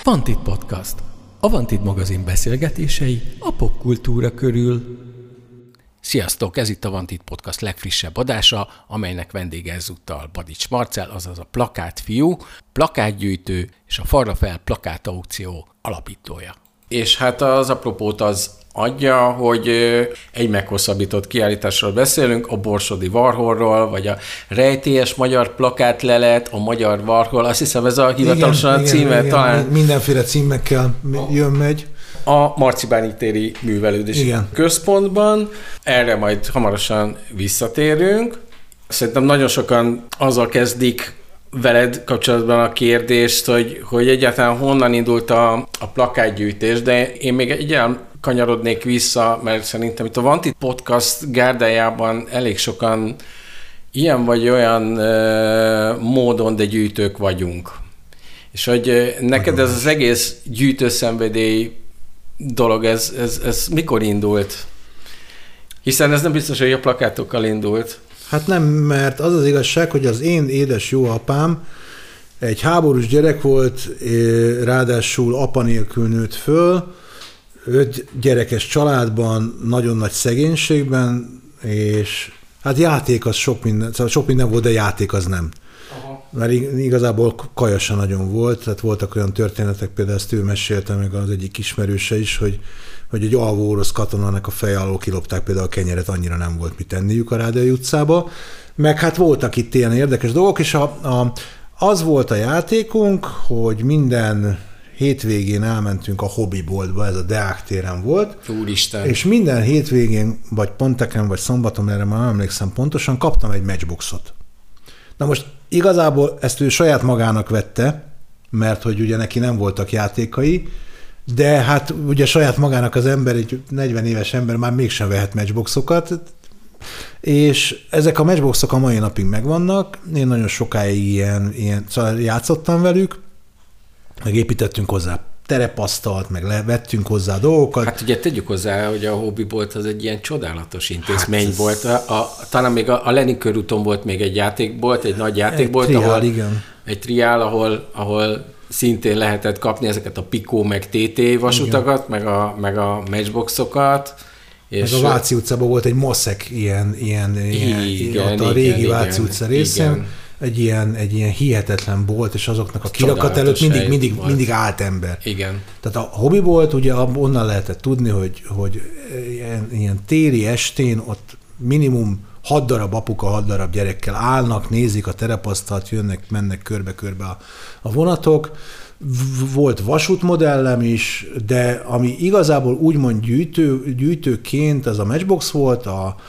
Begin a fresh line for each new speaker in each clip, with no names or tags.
Vantit Podcast. A Vantit magazin beszélgetései a popkultúra körül. Sziasztok! Ez itt a Vantit Podcast legfrissebb adása, amelynek vendége ezúttal Badics Marcell, azaz a plakátfiú, plakátgyűjtő és a Falra Fel plakát aukció alapítója. És hát az apropót az adja, hogy egy meghosszabbított kiállításról beszélünk, a Borsodi Warholról, vagy a rejtélyes magyar plakátlelet, a magyar Warhol, azt hiszem ez a hivatalosan a címe,
igen, talán. Mindenféle címekkel jön-megy.
A Marcibányi téri művelődési központban. Erre majd hamarosan visszatérünk. Szerintem nagyon sokan azzal kezdik veled kapcsolatban a kérdést, hogy egyáltalán honnan indult a plakátgyűjtés, de én még egyáltalán kanyarodnék vissza, mert szerintem itt a Vantit Podcast gárdájában elég sokan ilyen vagy olyan módon, de gyűjtők vagyunk. És hogy neked ez az egész gyűjtőszenvedély dolog, ez mikor indult? Hiszen ez nem biztos, hogy a plakátokkal indult.
Hát nem, mert az az igazság, hogy az én édes jó apám egy háborús gyerek volt, ráadásul apa nélkül nőtt föl, 5 gyerekes családban, nagyon nagy szegénységben, és hát játék az sok minden volt, de játék az nem. Aha. Mert igazából kaja se nagyon volt, tehát voltak olyan történetek, például ezt ő mesélte meg az egyik ismerőse is, hogy egy alvó orosz katonának a feje alól kilopták például a kenyeret, annyira nem volt mit tenniük a Rádai utcába. Meg hát voltak itt ilyen érdekes dolgok, és az volt a játékunk, hogy minden hétvégén elmentünk a hobbiboltba, ez a Deák téren volt.
Úristen.
És minden hétvégén, vagy pénteken, vagy szombaton, erre már nem emlékszem pontosan, kaptam egy matchboxot. Na most igazából ezt ő saját magának vette, mert hogy ugye neki nem voltak játékai, de hát ugye saját magának az ember, egy 40 éves ember már mégsem vehet matchboxokat, és ezek a matchboxok a mai napig megvannak. Én nagyon sokáig ilyen játszottam velük, meg építettünk hozzá terepasztalt, meg vettünk hozzá dolgokat.
Hát ugye tegyük hozzá, hogy a hobbibolt az egy ilyen csodálatos intézmény volt. Talán még a Lenin körúton volt még egy játékbolt, egy nagy játékbolt, egy triál, ahol szintén lehetett kapni ezeket a Pico meg TT vasutakat, meg a matchboxokat.
És meg a Váci utcában volt egy maszek a régi Váci utca részén. Egy ilyen hihetetlen bolt, és azoknak a kirakat előtt mindig állt ember.
Igen.
Tehát a hobbibolt ugye onnan lehetett tudni, hogy ilyen téli estén ott minimum 6 darab apuka, 6 darab gyerekkel állnak, nézik a terepasztalt, jönnek, mennek körbe-körbe a vonatok. Volt vasútmodellem is, de ami igazából úgymond gyűjtőként ez a matchbox volt,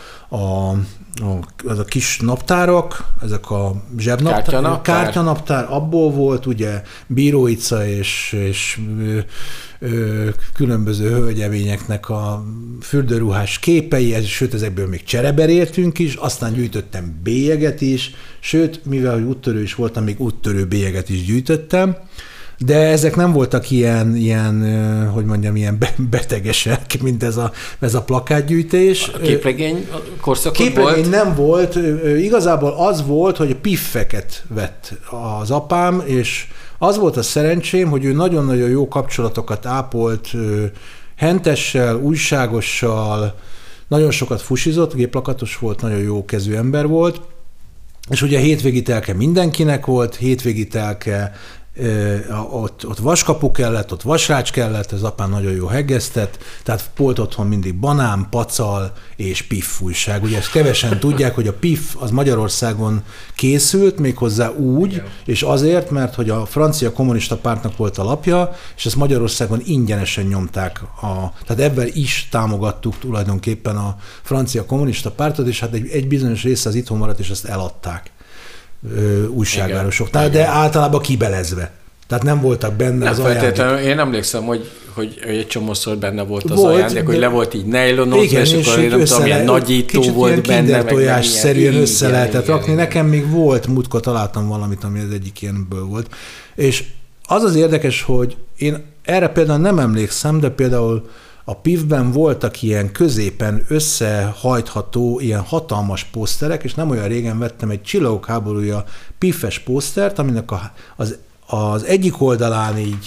az a kis naptárak, ezek a kártyanaptár, abból volt ugye Bíróica és különböző hölgyevényeknek a fürdőruhás képei, sőt ezekből még csereberéltünk is, aztán gyűjtöttem bélyeget is, sőt, mivel hogy úttörő is voltam, még úttörő bélyeget is gyűjtöttem. De ezek nem voltak ilyen hogy mondjam, ilyen betegesek, mint ez a plakátgyűjtés.
A képregény korszakot
képregény nem volt. Igazából az volt, hogy piffeket vett az apám, és az volt a szerencsém, hogy ő nagyon-nagyon jó kapcsolatokat ápolt Hentessel, újságossal, nagyon sokat fusizott, géplakatos volt, nagyon jó kezű ember volt, és ugye hétvégi telke mindenkinek volt, hétvégi telke ott vaskapu kellett, ott vasrács kellett, az apám nagyon jó heggeztett, tehát volt otthon mindig banán, pacal és piff újság. Ugye ezt kevesen tudják, hogy a piff az Magyarországon készült, méghozzá úgy, igen, és azért, mert hogy a francia kommunista pártnak volt a lapja, és ezt Magyarországon ingyenesen nyomták. Tehát ebben is támogattuk tulajdonképpen a francia kommunista pártot, és hát egy bizonyos része az itthon maradt, és ezt eladták újságvárosoknál, de általában kibelezve. Tehát nem voltak benne az ajándék.
Én emlékszem, hogy egy csomószor benne volt az ajándék, hogy le volt így nejlonozva, és akkor én nem tudom, milyen nagyító volt benne.
Kinder tojás-szerűen össze lehetett rakni. Nekem még volt, múltkor találtam valamit, ami az egyik ilyenből volt. És az érdekes, hogy én erre például nem emlékszem, de például a PIV-ben voltak ilyen középen összehajtható, ilyen hatalmas poszterek, és nem olyan régen vettem egy Csillagok háborúja PIV-es posztert, aminek az egyik oldalán így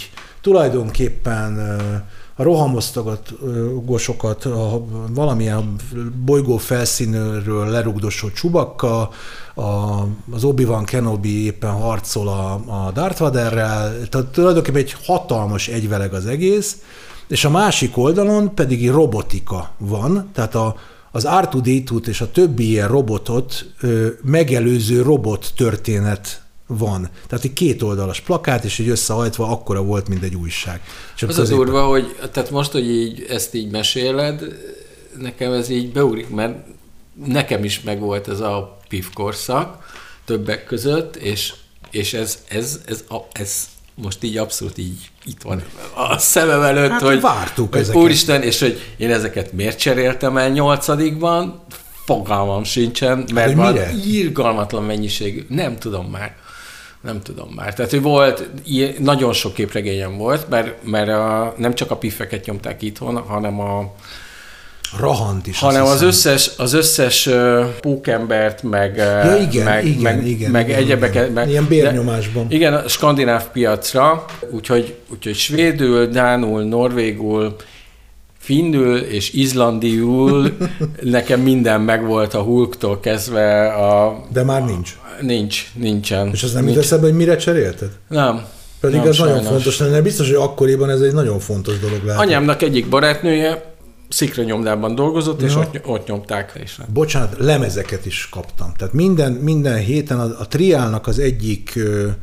tulajdonképpen a rohamosztagosokat valamilyen bolygó felszínről lerugdosó Chewbacca, az Obi-Wan Kenobi éppen harcol a Darth Vaderrel, tehát tulajdonképpen egy hatalmas egyveleg az egész, és a másik oldalon pedig robotika van, tehát az R2-D2-t és a többi ilyen robotot megelőző robot történet van. Tehát egy kétoldalas plakát, és így összehajtva akkora volt, mint egy újság.
Csak az középen... durva, hogy tehát most, hogy ezt így meséled, nekem ez így beugrik, mert nekem is megvolt ez a PIF korszak többek között, és ez most így abszolút így itt van a szemem előtt, hát, hogy
vártuk ezeket.
Úristen, és hogy én ezeket miért cseréltem el 8-ban, fogalmam sincsen, mert van irgalmatlan mennyiségű, nem tudom már. Tehát, hogy volt, nagyon sok képregényem volt, mert nem csak a piffeket nyomták itthon, hanem
Rahant is.
Hanem az összes pókembert, meg egyebeket.
Ilyen bérnyomásban.
Igen, a skandináv piacra, úgyhogy svédül, dánul, norvégul, finnül és izlandiul nekem minden megvolt a Hulktól kezdve
De már nincs.
Nincsen.
És az nem jut eszembe, hogy mire cserélted?
Nem.
Pedig ez nagyon fontos lenne. Biztos, hogy akkoriban ez egy nagyon fontos dolog lehet.
Anyámnak egyik barátnője szikranyomdában dolgozott, és ott nyomták is.
Bocsánat, lemezeket is kaptam. Tehát minden héten a triálnak az egyik,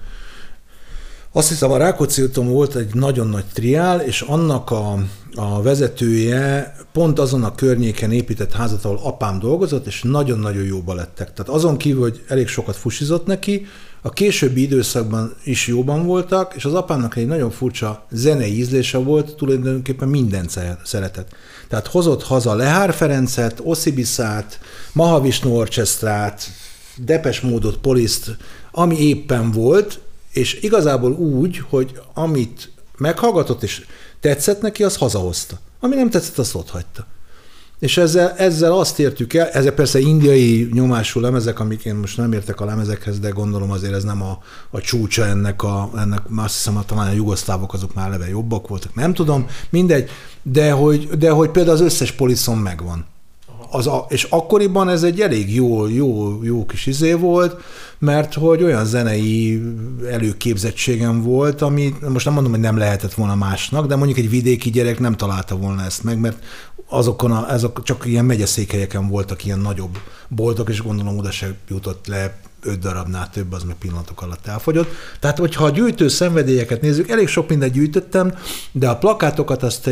azt hiszem a Rákóczi úton volt egy nagyon nagy triál, és annak a vezetője pont azon a környéken épített házat, ahol apám dolgozott, és nagyon-nagyon jóba lettek. Tehát azon kívül, hogy elég sokat fusizott neki, a későbbi időszakban is jóban voltak, és az apámnak egy nagyon furcsa zenei ízlése volt, tulajdonképpen mindent szeretett. Tehát hozott haza Lehár Ferencet, Ossibisát, Mahavishnu Orchestrát, Depeche Mode-ot, Police-t, ami éppen volt, és igazából úgy, hogy amit meghallgatott és tetszett neki, az hazahozta. Ami nem tetszett, azt ott hagyta. És ezzel azt értük el, ezek persze indiai nyomású lemezek, amik én most nem értek a lemezekhez, de gondolom azért ez nem a csúcsa ennek azt hiszem, talán a jugoszlávok azok már eleve jobbak voltak, nem tudom, mindegy, de hogy például az összes Policon megvan. És akkoriban ez egy elég jó kis izé volt, mert hogy olyan zenei előképzettségem volt, ami most nem mondom, hogy nem lehetett volna másnak, de mondjuk egy vidéki gyerek nem találta volna ezt meg, mert azok csak ilyen megyeszékhelyeken voltak ilyen nagyobb boltok, és gondolom oda se jutott le 5 darabnál több, az meg pillanatok alatt elfogyott. Tehát, hogyha a gyűjtő szenvedélyeket nézzük, elég sok mindent gyűjtöttem, de a plakátokat azt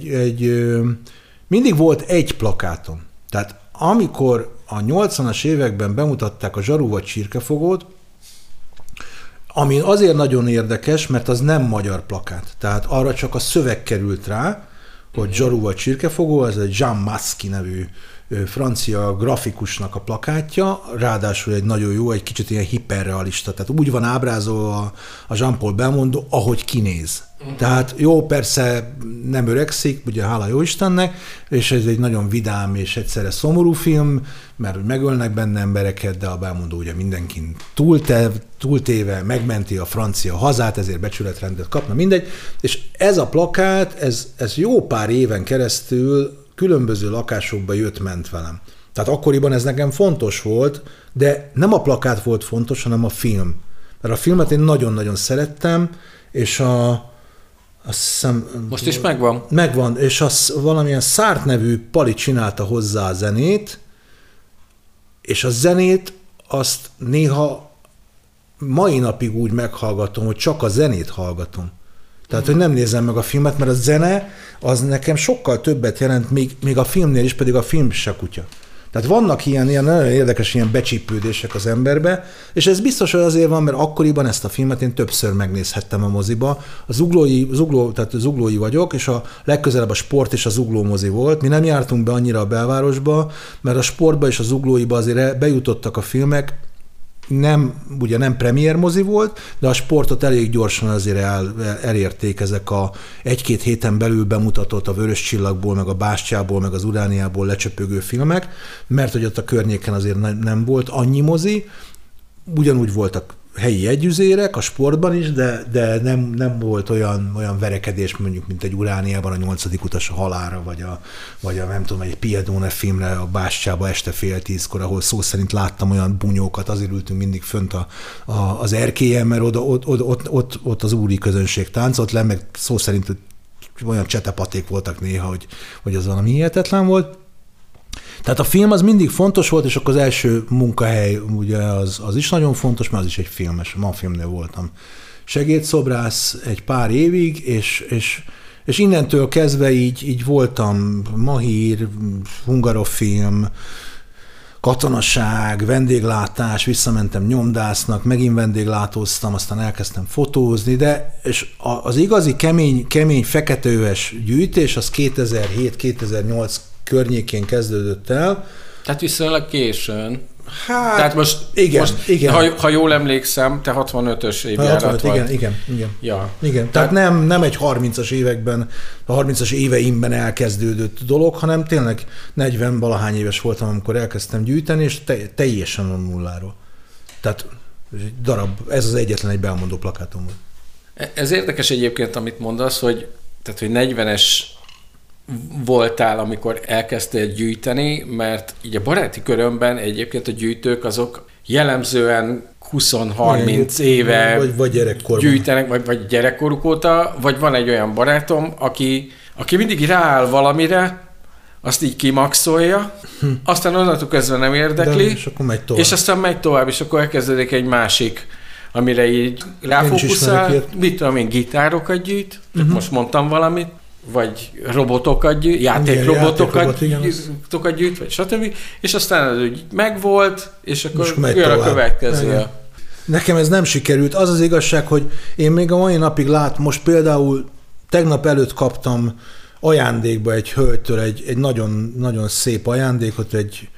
mindig volt egy plakátom. Tehát amikor a 80-as években bemutatták a Zsaru vagy Csirkefogót, ami azért nagyon érdekes, mert az nem magyar plakát. Tehát arra csak a szöveg került rá, hogy Zsaru vagy Csirkefogó, ez egy Jean Masky nevű francia grafikusnak a plakátja, ráadásul egy nagyon jó, egy kicsit ilyen hiperrealista, tehát úgy van ábrázolva a Jean-Paul Belmondo, ahogy kinéz. Tehát jó, persze nem öregszik, ugye hála jó Istennek, és ez egy nagyon vidám és egyszerre szomorú film, mert megölnek benne embereket, de a Belmondo ugye mindenkin túltéve, megmenti a francia hazát, ezért becsületrendet kapna, mindegy. És ez a plakát, ez jó pár éven keresztül különböző lakásokba jött-ment velem. Tehát akkoriban ez nekem fontos volt, de nem a plakát volt fontos, hanem a film. Mert a filmet én nagyon-nagyon szerettem, és azt hiszem,
most is megvan?
Megvan, és valamilyen Szárt nevű pali csinálta hozzá a zenét, és a zenét azt néha mai napig úgy meghallgatom, hogy csak a zenét hallgatom. Tehát, hogy nem nézem meg a filmet, mert a zene az nekem sokkal többet jelent, még a filmnél is, pedig a film se kutya. Tehát vannak ilyen nagyon érdekes ilyen becsípődések az emberbe, és ez biztos, hogy azért van, mert akkoriban ezt a filmet én többször megnézhettem a moziba. Tehát zuglói vagyok, és a legközelebb a Sport és a Zugló mozi volt. Mi nem jártunk be annyira a belvárosba, mert a Sportba és a Zuglóiba azért bejutottak a filmek, ugye nem premier mozi volt, de a Sportot elég gyorsan azért elérték ezek a 1-2 héten belül bemutatott a Vörös Csillagból, meg a Bástyából, meg az Urániából lecsöpögő filmek, mert hogy ott a környéken azért nem volt annyi mozi, ugyanúgy voltak helyi együzérek a sportban is, de nem volt olyan verekedés mondjuk, mint egy Urániában a 8. utas a halálra, vagy a nem tudom, egy Piedone filmre a Bástyába este 9:30, ahol szó szerint láttam olyan bunyókat, azért ültünk mindig fönt az erkélyen, mert ott az úri közönség táncolt le, meg szó szerint olyan csetepaték voltak néha, hogy az valami hihetetlen volt. Tehát a film az mindig fontos volt, és akkor az első munkahely ugye az is nagyon fontos, mert az is egy filmes, Mannfilmnél voltam segédszobrász egy pár évig, és innentől kezdve így voltam Mahír, Hungarofilm, katonaság, vendéglátás, visszamentem nyomdásznak, megint vendéglátóztam, aztán elkezdtem fotózni, és az igazi kemény feketeöves gyűjtés az 2007-2008 környékén kezdődött el.
Tehát viszonylag későn.
Hát,
tehát most,
igen.
Ha jól emlékszem, te 65-ös évjárat vagy.
Igen.
Ja.
Igen. Tehát nem egy 30-as években, a 30-as éveimben elkezdődött dolog, hanem tényleg 40-valahány éves voltam, amikor elkezdtem gyűjteni, és teljesen a nulláról. Tehát ez az egyetlen egy belmondó plakátom volt.
Ez érdekes egyébként, amit mondasz, hogy 40-es voltál, amikor elkezdtél gyűjteni, mert így a baráti körömben egyébként a gyűjtők azok jellemzően 20-30 éve
vagy gyerekkorban
gyűjtenek, vagy gyerekkoruk óta, vagy van egy olyan barátom, aki mindig rááll valamire, azt így kimaxolja, aztán onnantól kezdve nem érdekli,
és akkor megy tovább.
És aztán megy tovább, és akkor elkezdődik egy másik, amire így ráfókuszál, mit tudom én, gitárokat gyűjt, most mondtam valamit, vagy robotokat gyűjt, játékrobotokat gyűjt, vagy stb. És aztán az úgy megvolt, és akkor jön a következő.
Nekem ez nem sikerült. Az az igazság, hogy én még a mai napig most például tegnap előtt kaptam ajándékba egy hölgytől egy nagyon, nagyon szép ajándékot,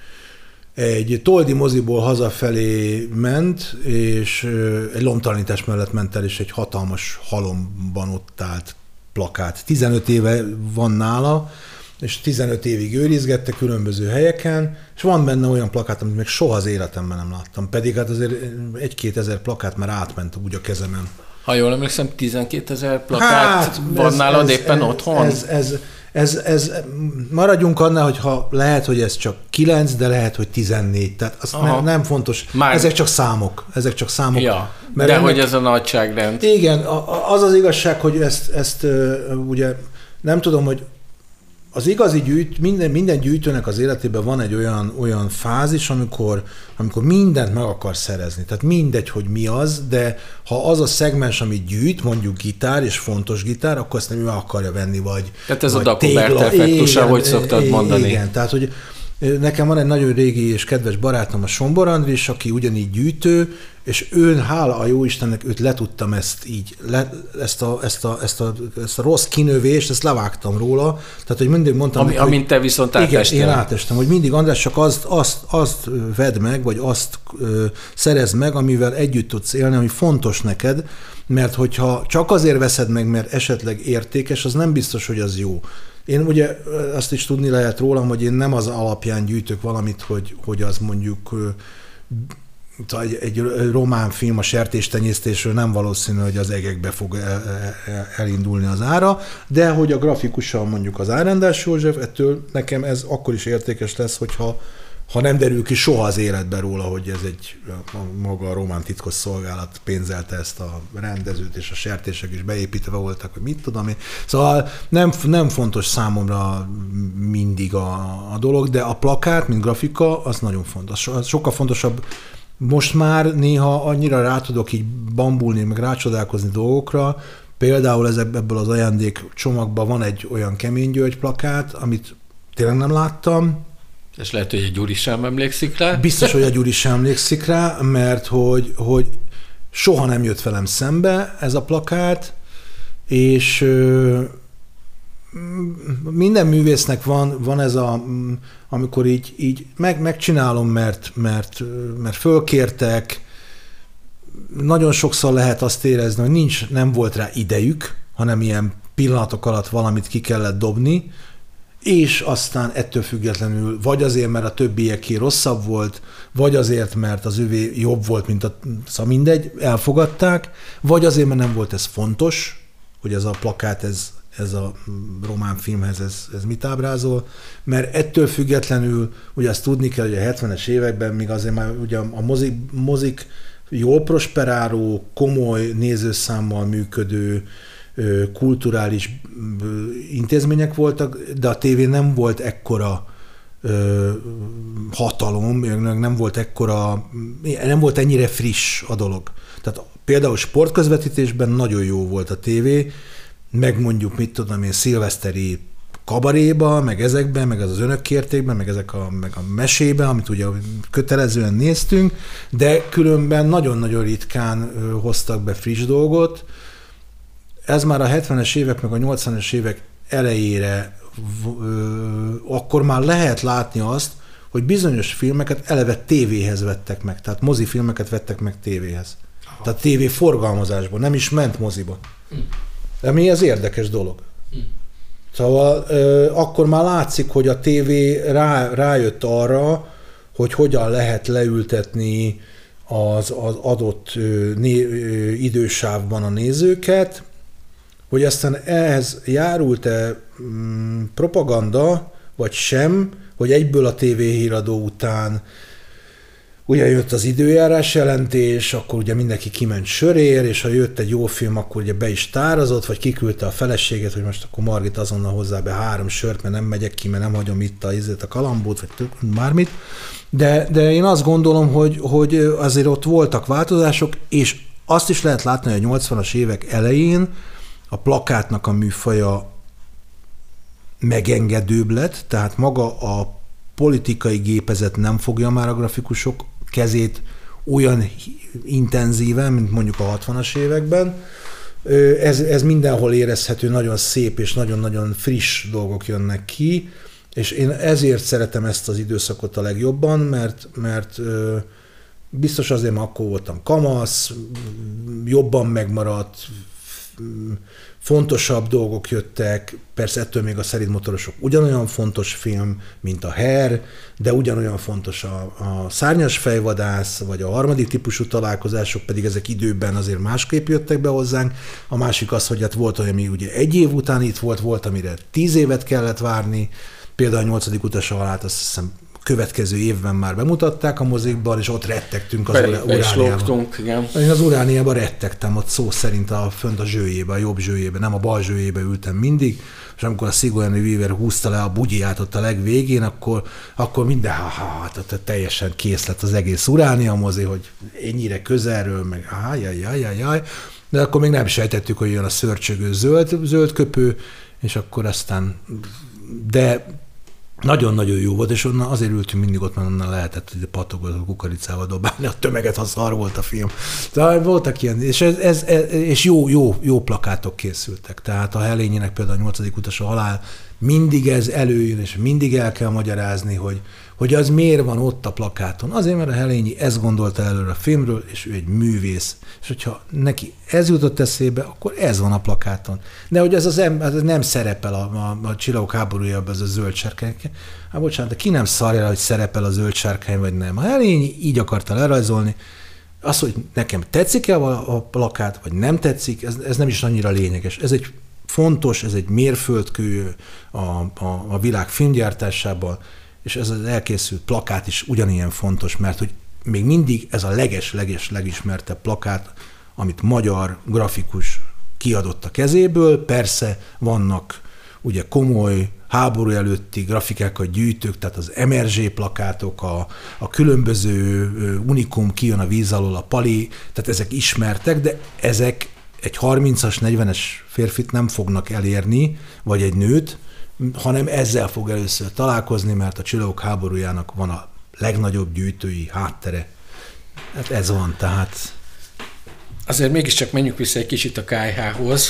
egy Toldi moziból hazafelé ment, és egy lomtalanítás mellett ment el, és egy hatalmas halomban ott állt plakát. 15 éve van nála, és 15 évig őrizgette különböző helyeken, és van benne olyan plakát, amit még soha az életemben nem láttam. Pedig hát azért 1-2 ezer plakát már átment úgy a kezemen.
Ha jól emlékszem, 12 000 plakát van nálad éppen otthon?
Ez maradjunk annál, hogy ha lehet, hogy ez csak 9, de lehet, hogy 14. Tehát az nem fontos. Ezek csak számok.
Ja, mert de hogy ez a nagyságrend.
Igen, az igazság, hogy ezt ugye nem tudom, hogy az igazi minden gyűjtőnek az életében van egy olyan fázis, amikor mindent meg akar szerezni. Tehát mindegy, hogy mi az, de ha az a szegmens, amit gyűjt, mondjuk gitár, és fontos gitár, akkor azt nem ő akarja venni, vagy
tehát ez a Dagobert effektus, ahogy szoktad mondani.
Igen, tehát hogy nekem van egy nagyon régi és kedves barátom, a Sombor Andris, aki ugyanígy gyűjtő, és hála a jóistennek, őt letudtam ezt a rossz kinövést, ezt levágtam róla. Tehát, hogy mindig mondtam,
amint te viszont átestél.
Igen, én átestem, hogy mindig András csak azt vedd meg, vagy azt szerezd meg, amivel együtt tudsz élni, ami fontos neked, mert hogyha csak azért veszed meg, mert esetleg értékes, az nem biztos, hogy az jó. Én ugye azt is tudni lehet rólam, hogy én nem az alapján gyűjtök valamit, hogy az mondjuk egy román film a sertéstenyésztésről nem valószínű, hogy az egekbe fog elindulni az ára, de hogy a grafikussal mondjuk az Árendás József, ettől nekem ez akkor is értékes lesz, hogyha nem derül ki soha az életben róla, hogy ez maga a román titkosszolgálat pénzelte ezt a rendezőt, és a sertések is beépítve voltak, hogy mit tudom én. Szóval nem fontos számomra mindig a dolog, de a plakát, mint grafika, az nagyon fontos. Az sokkal fontosabb. Most már néha annyira rá tudok így bambulni, meg rácsodálkozni dolgokra. Például ebből az ajándék csomagban van egy olyan Kemény György plakát, amit tényleg nem láttam.
És lehet, hogy a Gyuri sem emlékszik rá.
Biztos, hogy a Gyuri sem emlékszik rá, mert hogy soha nem jött velem szembe ez a plakát, és minden művésznek van ez amikor így megcsinálom, mert fölkértek, nagyon sokszor lehet azt érezni, hogy nem volt rá idejük, hanem ilyen pillanatok alatt valamit ki kellett dobni, és aztán ettől függetlenül vagy azért, mert a többieké rosszabb volt, vagy azért, mert az övé jobb volt, mint szóval mindegy, elfogadták, vagy azért, mert nem volt ez fontos, hogy ez a plakát, ez a román filmhez, ez mit ábrázol, mert ettől függetlenül, ugye azt tudni kell, hogy a 70-es években még azért már ugye a mozik jól prosperáló, komoly nézőszámmal működő, kulturális intézmények voltak, de a tévé nem volt ekkora hatalom, nem volt ennyire friss a dolog. Tehát például sportközvetítésben nagyon jó volt a tévé, meg mondjuk, mit tudom én, szilveszteri kabaréba, meg ezekben, meg az önök kértékben, meg meg a mesébe, amit ugye kötelezően néztünk, de különben nagyon-nagyon ritkán hoztak be friss dolgot. Ez már a 70-es évek, meg a 80-es évek elejére akkor már lehet látni azt, hogy bizonyos filmeket eleve tévéhez vettek meg, tehát mozifilmeket vettek meg tévéhez. Aha. Tehát tévé forgalmazásból, nem is ment moziba. De mi ez érdekes dolog. Szóval akkor már látszik, hogy a tévé rájött arra, hogy hogyan lehet leültetni az adott idősávban a nézőket, hogy aztán ehhez járult-e propaganda, vagy sem, hogy egyből a tévéhíradó után ugye jött az időjárás jelentés, akkor ugye mindenki kiment sörér, és ha jött egy jó film, akkor ugye be is tárazott, vagy kiküldte a feleséget, hogy most akkor Margit azonnal hozzá be 3 sört, mert nem megyek ki, mert nem hagyom itt a kalambót, vagy bármit. De én azt gondolom, hogy azért ott voltak változások, és azt is lehet látni, hogy a 80-as évek elején a plakátnak a műfaja megengedőbb lett, tehát maga a politikai gépezet nem fogja már a grafikusok kezét olyan intenzíven, mint mondjuk a 60-as években. Ez mindenhol érezhető, nagyon szép és nagyon-nagyon friss dolgok jönnek ki, és én ezért szeretem ezt az időszakot a legjobban, mert biztos azért, mert akkor voltam kamasz, jobban megmaradt, fontosabb dolgok jöttek, persze ettől még a Szerintmotorosok ugyanolyan fontos film, mint a Her, de ugyanolyan fontos a Szárnyas fejvadász, vagy a Harmadik típusú találkozások, pedig ezek időben azért másképp jöttek be hozzánk. A másik az, hogy hát volt olyan, ami ugye 1 év után itt volt, amire 10 évet kellett várni, például a 8. utas a halált, azt hiszem következő évben már bemutatták a mozikban, és ott rettegtünk az Urániában. Én az Urániában rettegtem, ott szó szerint fönt a zsőjébe, a jobb zsőjébe, nem a bal zsőjébe ültem mindig, és amikor a Sigourney Weaver húzta le a bugyját ott a legvégén, akkor minden, teljesen kész lett az egész Uránia mozi, hogy ennyire közelről, meg jaj. De akkor még nem sejtettük, hogy jön a szörcsögő zöld köpő, és akkor aztán, de nagyon-nagyon jó volt, és onnan azért ültünk mindig ott, mert onnan lehetett patogot kukoricával dobálni a tömeget, ha szar volt a film. Tehát voltak ilyen, és jó plakátok készültek. Tehát a Helényének például a 8. utas a halál, mindig ez előjön, és mindig el kell magyarázni, hogy az miért van ott a plakáton. Azért, mert a Helényi ezt gondolta előre a filmről, és ő egy művész. És hogyha neki ez jutott eszébe, akkor ez van a plakáton. De hogy ez nem szerepel a Csillagok háborújában, ez a zöld sárkány. Hát bocsánat, de ki nem szarja, hogy szerepel a zöld sárkány, vagy nem. A Helényi így akarta lerajzolni. Az, hogy nekem tetszik-e a plakát, vagy nem tetszik, ez nem is annyira lényeges. Ez egy fontos, ez egy mérföldkő a világ filmgyártásában, és ez az elkészült plakát is ugyanilyen fontos, mert hogy még mindig ez a legismertebb plakát, amit magyar grafikus kiadott a kezéből. Persze vannak ugye komoly háború előtti grafikákat gyűjtők, tehát az MRG plakátok, a különböző Unikum kijön a víz alól, a Pali, tehát ezek ismertek, de ezek egy 30-as, 40-es férfit nem fognak elérni, vagy egy nőt, hanem ezzel fog először találkozni, mert a Csillagok háborújának van a legnagyobb gyűjtői háttere. Hát ez van, tehát...
Azért mégiscsak menjünk vissza egy kicsit a KH-hoz,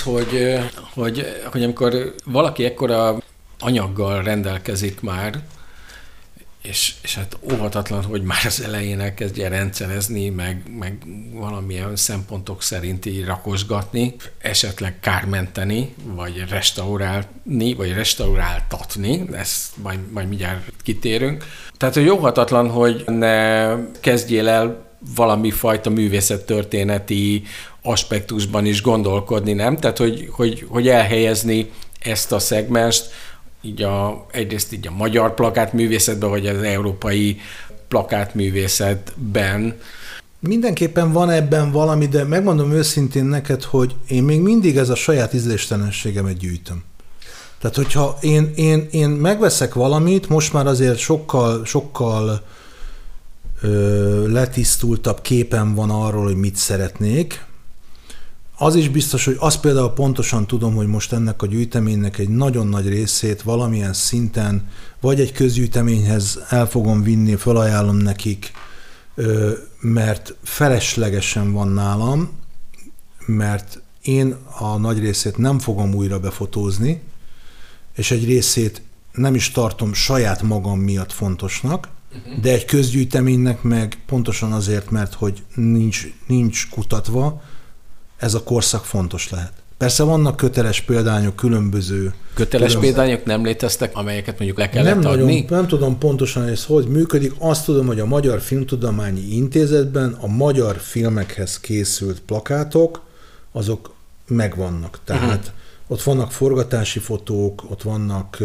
hogy amikor valaki ekkora anyaggal rendelkezik már, és hát óvatatlan, hogy már az elején elkezdje rendszerezni, meg valamilyen szempontok szerinti rakosgatni, esetleg kármenteni, vagy restaurálni, vagy restauráltatni, ezt majd mindjárt kitérünk. Tehát, hogy óvatatlan, hogy ne kezdjél el valami fajta művészettörténeti aspektusban is gondolkodni, nem? Tehát, hogy elhelyezni ezt a szegmenst, egyrészt így a magyar plakátművészetben, vagy az európai plakátművészetben. Én
van ebben valami, de megmondom őszintén neked, hogy én még mindig ez a saját ízléstelenségemet gyűjtöm. Tehát, hogyha én megveszek valamit, most már azért sokkal letisztultabb képen van arról, hogy mit szeretnék. Az is biztos, hogy azt például pontosan tudom, hogy most ennek a gyűjteménynek egy nagyon nagy részét valamilyen szinten, vagy egy közgyűjteményhez el fogom vinni, felajánlom nekik, mert feleslegesen van nálam, mert én a nagy részét nem fogom újra befotózni, és egy részét nem is tartom saját magam miatt fontosnak, de egy közgyűjteménynek meg pontosan azért, mert hogy nincs kutatva, ez a korszak fontos lehet. Persze vannak köteles példányok, különböző...
Példányok nem léteztek, amelyeket mondjuk le kellett adni?
Nem tudom pontosan, hogy ez hogy működik. Azt tudom, hogy a Magyar Filmtudományi Intézetben a magyar filmekhez készült plakátok, azok megvannak. Tehát ott vannak forgatási fotók, ott vannak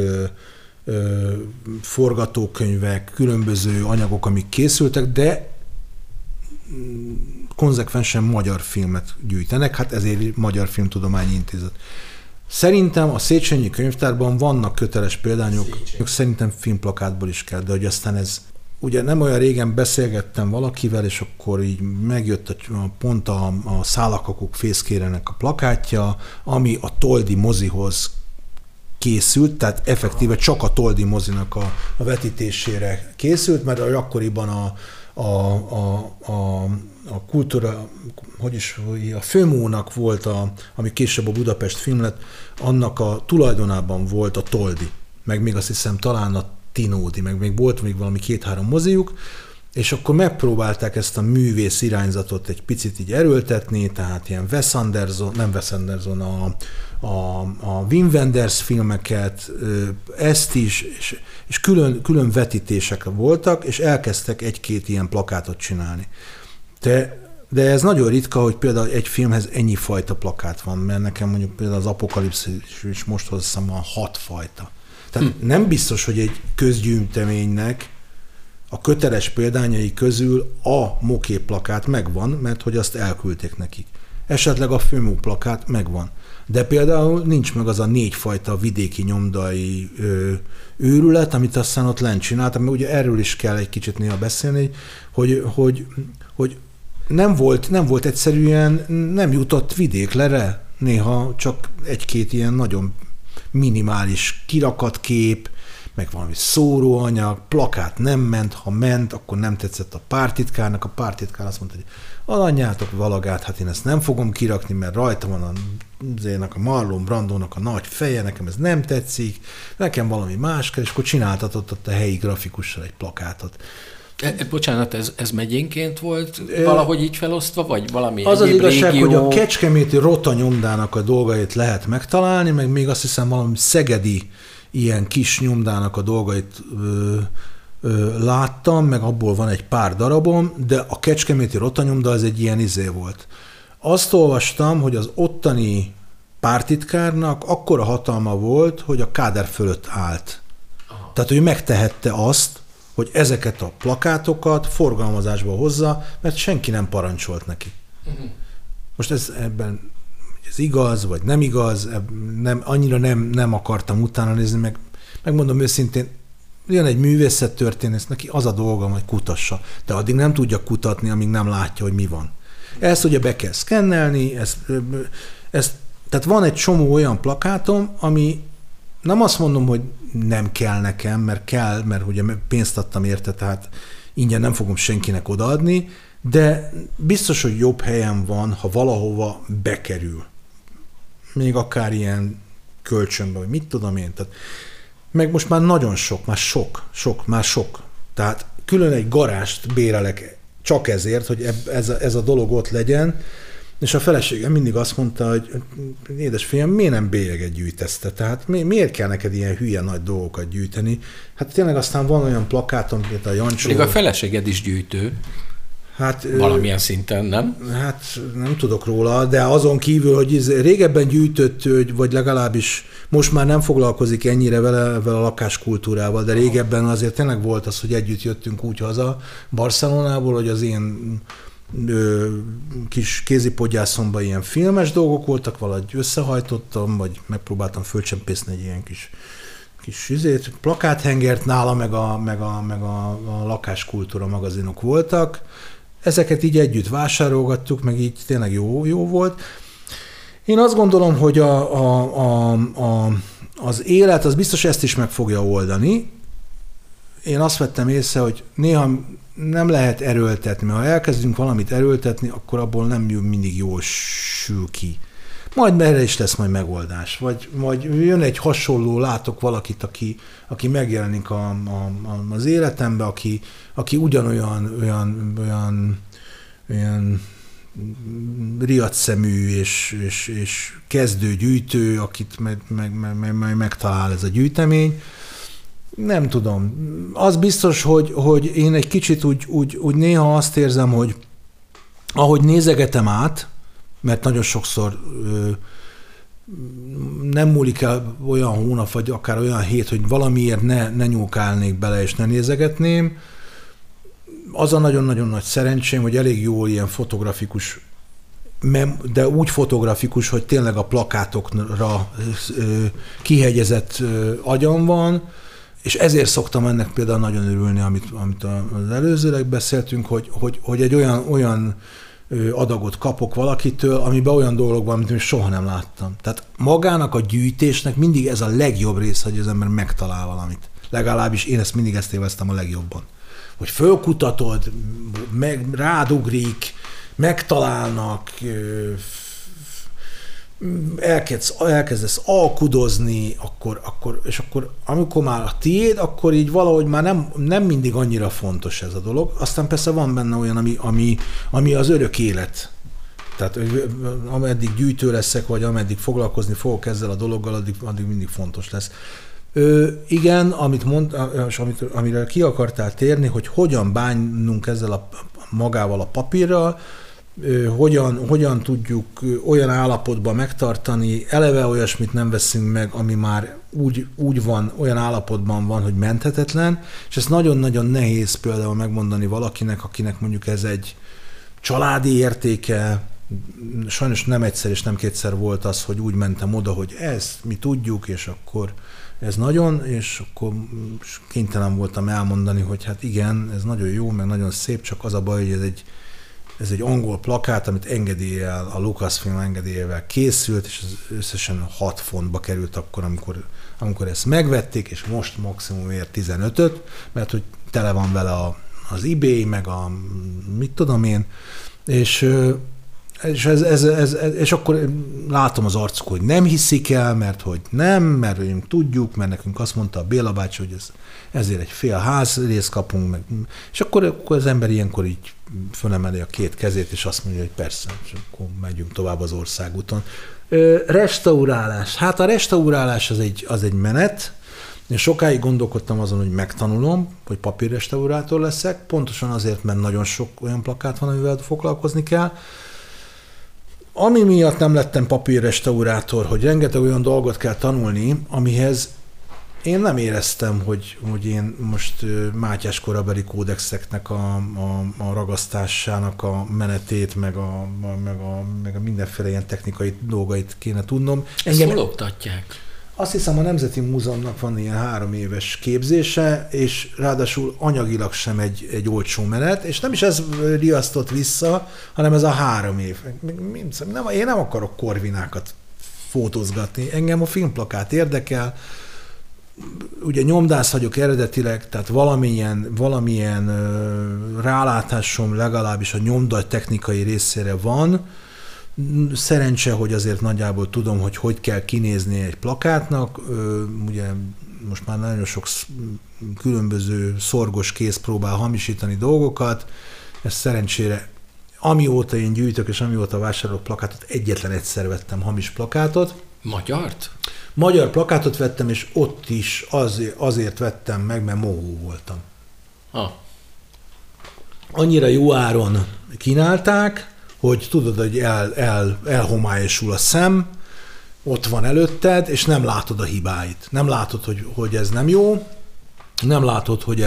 forgatókönyvek, különböző anyagok, amik készültek, de konzekvensen magyar filmet gyűjtenek, hát ezért Magyar Filmtudományi Intézet. Szerintem a Széchenyi Könyvtárban vannak köteles példányok, szerintem filmplakátból is kell, de hogy aztán ez, ugye nem olyan régen beszélgettem valakivel, és akkor így megjött pont a Szálakakuk fészkérenek a plakátja, ami a Toldi mozihoz készült, tehát effektíve csak a Toldi mozinak a vetítésére készült, mert akkoriban a kultúra, a FÖMO-nak volt, ami később a Budapest Film lett, annak a tulajdonában volt a Toldi, meg még azt hiszem talán a Tinódi, meg még volt még valami 2-3 moziuk, és akkor megpróbálták ezt a művész irányzatot egy picit így erőltetni, tehát ilyen a Wim Wenders filmeket, ezt is, és külön vetítések voltak, és elkezdtek egy-két ilyen plakátot csinálni. De ez nagyon ritka, hogy például egy filmhez ennyi fajta plakát van, mert nekem mondjuk például az Apokalipszis is most hozzám van 6 fajta. Tehát nem biztos, hogy egy közgyűjteménynek a köteles példányai közül a mokép plakát megvan, mert hogy azt elküldték nekik. Esetleg a FÖMO plakát megvan. De például nincs meg az a 4 fajta vidéki nyomdai őrület, amit aztán ott lent csináltam, mert ugye erről is kell egy kicsit néha beszélni, hogy nem volt egyszerűen, nem jutott vidéklere, néha csak egy-két ilyen nagyon minimális kirakatkép, meg valami szóróanyag, plakát nem ment, ha ment, akkor nem tetszett a pártitkárnak, a pártitkár azt mondta, hogy alanyátok valagát, hát én ezt nem fogom kirakni, mert rajta van a Marlon Brandónak a nagy feje, nekem ez nem tetszik, nekem valami más kell, és akkor csináltatott ott a helyi grafikussal egy plakátot.
Bocsánat, ez megyénként volt valahogy így felosztva, vagy valami
az
egyéb
az igazság,
régió?
hogy a kecskeméti Rota nyomdának a dolgait lehet megtalálni, meg még azt hiszem valami szegedi ilyen kis nyomdának a dolgait láttam, meg abból van egy pár darabom, de a kecskeméti Rota nyomda az egy ilyen izé volt. Azt olvastam, hogy az ottani pártitkárnak akkora hatalma volt, hogy a káder fölött állt. Aha. Tehát, hogy megtehette azt, hogy ezeket a plakátokat forgalmazásba hozza, mert senki nem parancsolt neki. Uh-huh. Most ez igaz, vagy nem igaz, annyira nem akartam utána nézni, megmondom őszintén, jön egy művészettörténész, neki az a dolga, hogy kutassa, de addig nem tudja kutatni, amíg nem látja, hogy mi van. Ezt ugye be kell szkennelni, tehát van egy csomó olyan plakátom, ami nem azt mondom, hogy nem kell nekem, mert kell, mert ugye pénzt adtam érte, tehát ingyen nem fogom senkinek odaadni, de biztos, hogy jobb helyen van, ha valahova bekerül. Még akár ilyen kölcsönbe, vagy mit tudom én. Tehát, meg most már nagyon sok, már sok Tehát külön egy garást bérelek csak ezért, hogy ez a dolog ott legyen, és a feleségem mindig azt mondta, hogy édesfiam, miért nem bélyeget gyűjtesz te? Tehát miért kell neked ilyen hülye nagy dolgokat gyűjteni? Hát tényleg aztán van olyan plakátom, mint a Jancsó.
Még a feleséged is gyűjtő. Hát, valamilyen szinten, nem?
Hát nem tudok róla, de azon kívül, hogy régebben gyűjtött, vagy legalábbis most már nem foglalkozik ennyire vele a lakáskultúrával, de régebben azért tényleg volt az, hogy együtt jöttünk úgy haza Barcelonából, hogy az én kis kézipodgyászomban ilyen filmes dolgok voltak, valahogy összehajtottam, vagy megpróbáltam fölcsempészni egy ilyen kis plakáthengert nála, meg a lakáskultúra magazinok voltak. Ezeket így együtt vásárolgattuk, meg így tényleg jó volt. Én azt gondolom, hogy az élet az biztos ezt is meg fogja oldani. Én azt vettem észre, hogy néha nem lehet erőltetni, mert ha elkezdünk valamit erőltetni, akkor abból nem mindig jól sül ki. Majd erre is lesz majd megoldás. Vagy jön egy hasonló, látok valakit, aki megjelenik az életembe, aki ugyanolyan riadszemű és kezdő gyűjtő, akit megtalál ez a gyűjtemény. Nem tudom. Az biztos, hogy én egy kicsit úgy néha azt érzem, hogy ahogy nézegetem át, mert nagyon sokszor nem múlik el olyan hónap, vagy akár olyan hét, hogy valamiért ne nyúlkálnék bele, és ne nézegetném. Az a nagyon-nagyon nagy szerencsém, hogy elég jó ilyen fotografikus, de úgy fotografikus, hogy tényleg a plakátokra kihegyezett agyam van, és ezért szoktam ennek például nagyon örülni, amit az előzőleg beszéltünk, hogy egy olyan adagot kapok valakitől, amiben olyan dolgok van, amit még soha nem láttam. Tehát magának a gyűjtésnek mindig ez a legjobb része, hogy az ember megtalál valamit. Legalábbis én mindig ezt élveztem a legjobban. Hogy fölkutatod, rádugrik, megtalálnak, elkezdesz alkudozni, és akkor amikor már a tiéd, akkor így valahogy már nem mindig annyira fontos ez a dolog. Aztán persze van benne olyan, ami az örök élet. Tehát ameddig gyűjtő leszek, vagy ameddig foglalkozni fogok ezzel a dologgal, addig mindig fontos lesz. Igen, amire ki akartál térni, hogy hogyan bánunk ezzel magával a papírral, hogyan tudjuk olyan állapotban megtartani, eleve olyasmit nem veszünk meg, ami már úgy van, olyan állapotban van, hogy menthetetlen, és ezt nagyon-nagyon nehéz például megmondani valakinek, akinek mondjuk ez egy családi értéke. Sajnos nem egyszer és nem kétszer volt az, hogy úgy mentem oda, hogy ezt mi tudjuk, és akkor ez nagyon, és akkor kénytelen voltam elmondani, hogy hát igen, ez nagyon jó, meg nagyon szép, csak az a baj, hogy ez egy angol plakát, amit a Lucasfilm engedélyével készült, és az összesen 6 fontba került akkor, amikor ezt megvették, és most maximum ér 15-öt, mert hogy tele van vele az eBay, meg a mit tudom én, és akkor látom az arcuk, hogy nem hiszik el, mert tudjuk, mert nekünk azt mondta a Béla bácsi, hogy ezért egy fél házrészt kapunk, meg, és akkor az ember ilyenkor így fölemeli a 2 kezét, és azt mondja, hogy persze, és akkor megyünk tovább az országúton. Restaurálás. Hát a restaurálás az egy menet. Én sokáig gondolkodtam azon, hogy megtanulom, hogy papírrestaurátor leszek, pontosan azért, mert nagyon sok olyan plakát van, amivel foglalkozni kell. Ami miatt nem lettem papírrestaurátor, hogy rengeteg olyan dolgot kell tanulni, amihez én nem éreztem, hogy én most Mátyás korabeli kódexeknek a ragasztásának a menetét, meg a mindenféle ilyen technikai dolgait kéne tudnom.
Ezt hol oktatják?
Azt hiszem, a Nemzeti Múzeumnak van ilyen 3 éves képzése, és ráadásul anyagilag sem egy olcsó menet, és nem is ez riasztott vissza, hanem ez a 3 év. Én nem akarok korvinákat fotózgatni, engem a filmplakát érdekel, ugye nyomdász vagyok eredetileg, tehát valamilyen rálátásom legalábbis a nyomda technikai részére van. Szerencse, hogy azért nagyjából tudom, hogy kell kinézni egy plakátnak. Ugye most már nagyon sok különböző szorgos kéz próbál hamisítani dolgokat. Ez szerencsére, amióta én gyűjtök, és amióta vásárolok plakátot, egyetlen egyszer vettem hamis plakátot.
Magyart?
Magyar plakátot vettem, és ott is azért vettem meg, mert mohó voltam. Annyira jó áron kínálták, hogy tudod, hogy elhomályosul a szem, ott van előtted, és nem látod a hibáit. Nem látod, hogy ez nem jó, nem látod, hogy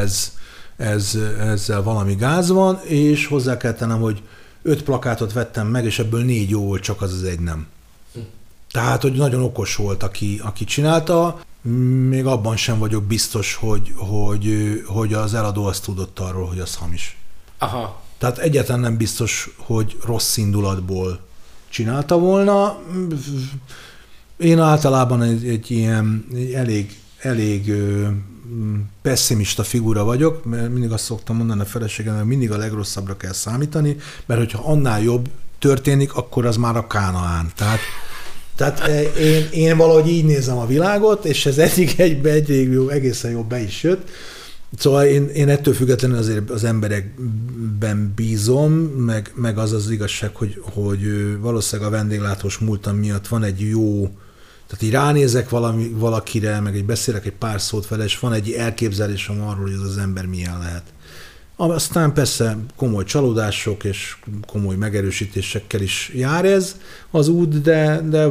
ezzel valami gáz van, és hozzá kell tennem, hogy 5 plakátot vettem meg, és ebből 4 jó volt, csak az egy nem. Tehát, hogy nagyon okos volt, aki csinálta. Még abban sem vagyok biztos, hogy az eladó azt tudott arról, hogy az hamis.
Aha.
Tehát egyáltalán nem biztos, hogy rossz indulatból csinálta volna. Én általában egy ilyen elég pessimista figura vagyok, mert mindig azt szoktam mondani a feleségemnek, hogy mindig a legrosszabbra kell számítani, mert hogyha annál jobb történik, akkor az már a Kánaán. Tehát én valahogy így nézem a világot, és ez egészen jó be is jött. Szóval én ettől függetlenül azért az emberekben bízom, meg az az igazság, hogy valószínűleg a vendéglátós múltam miatt van egy jó, tehát így ránézek valakire, meg egy beszélek egy pár szót vele, és van egy elképzelésem arról, hogy az ember milyen lehet. Aztán persze komoly csalódások és komoly megerősítésekkel is jár ez az út, de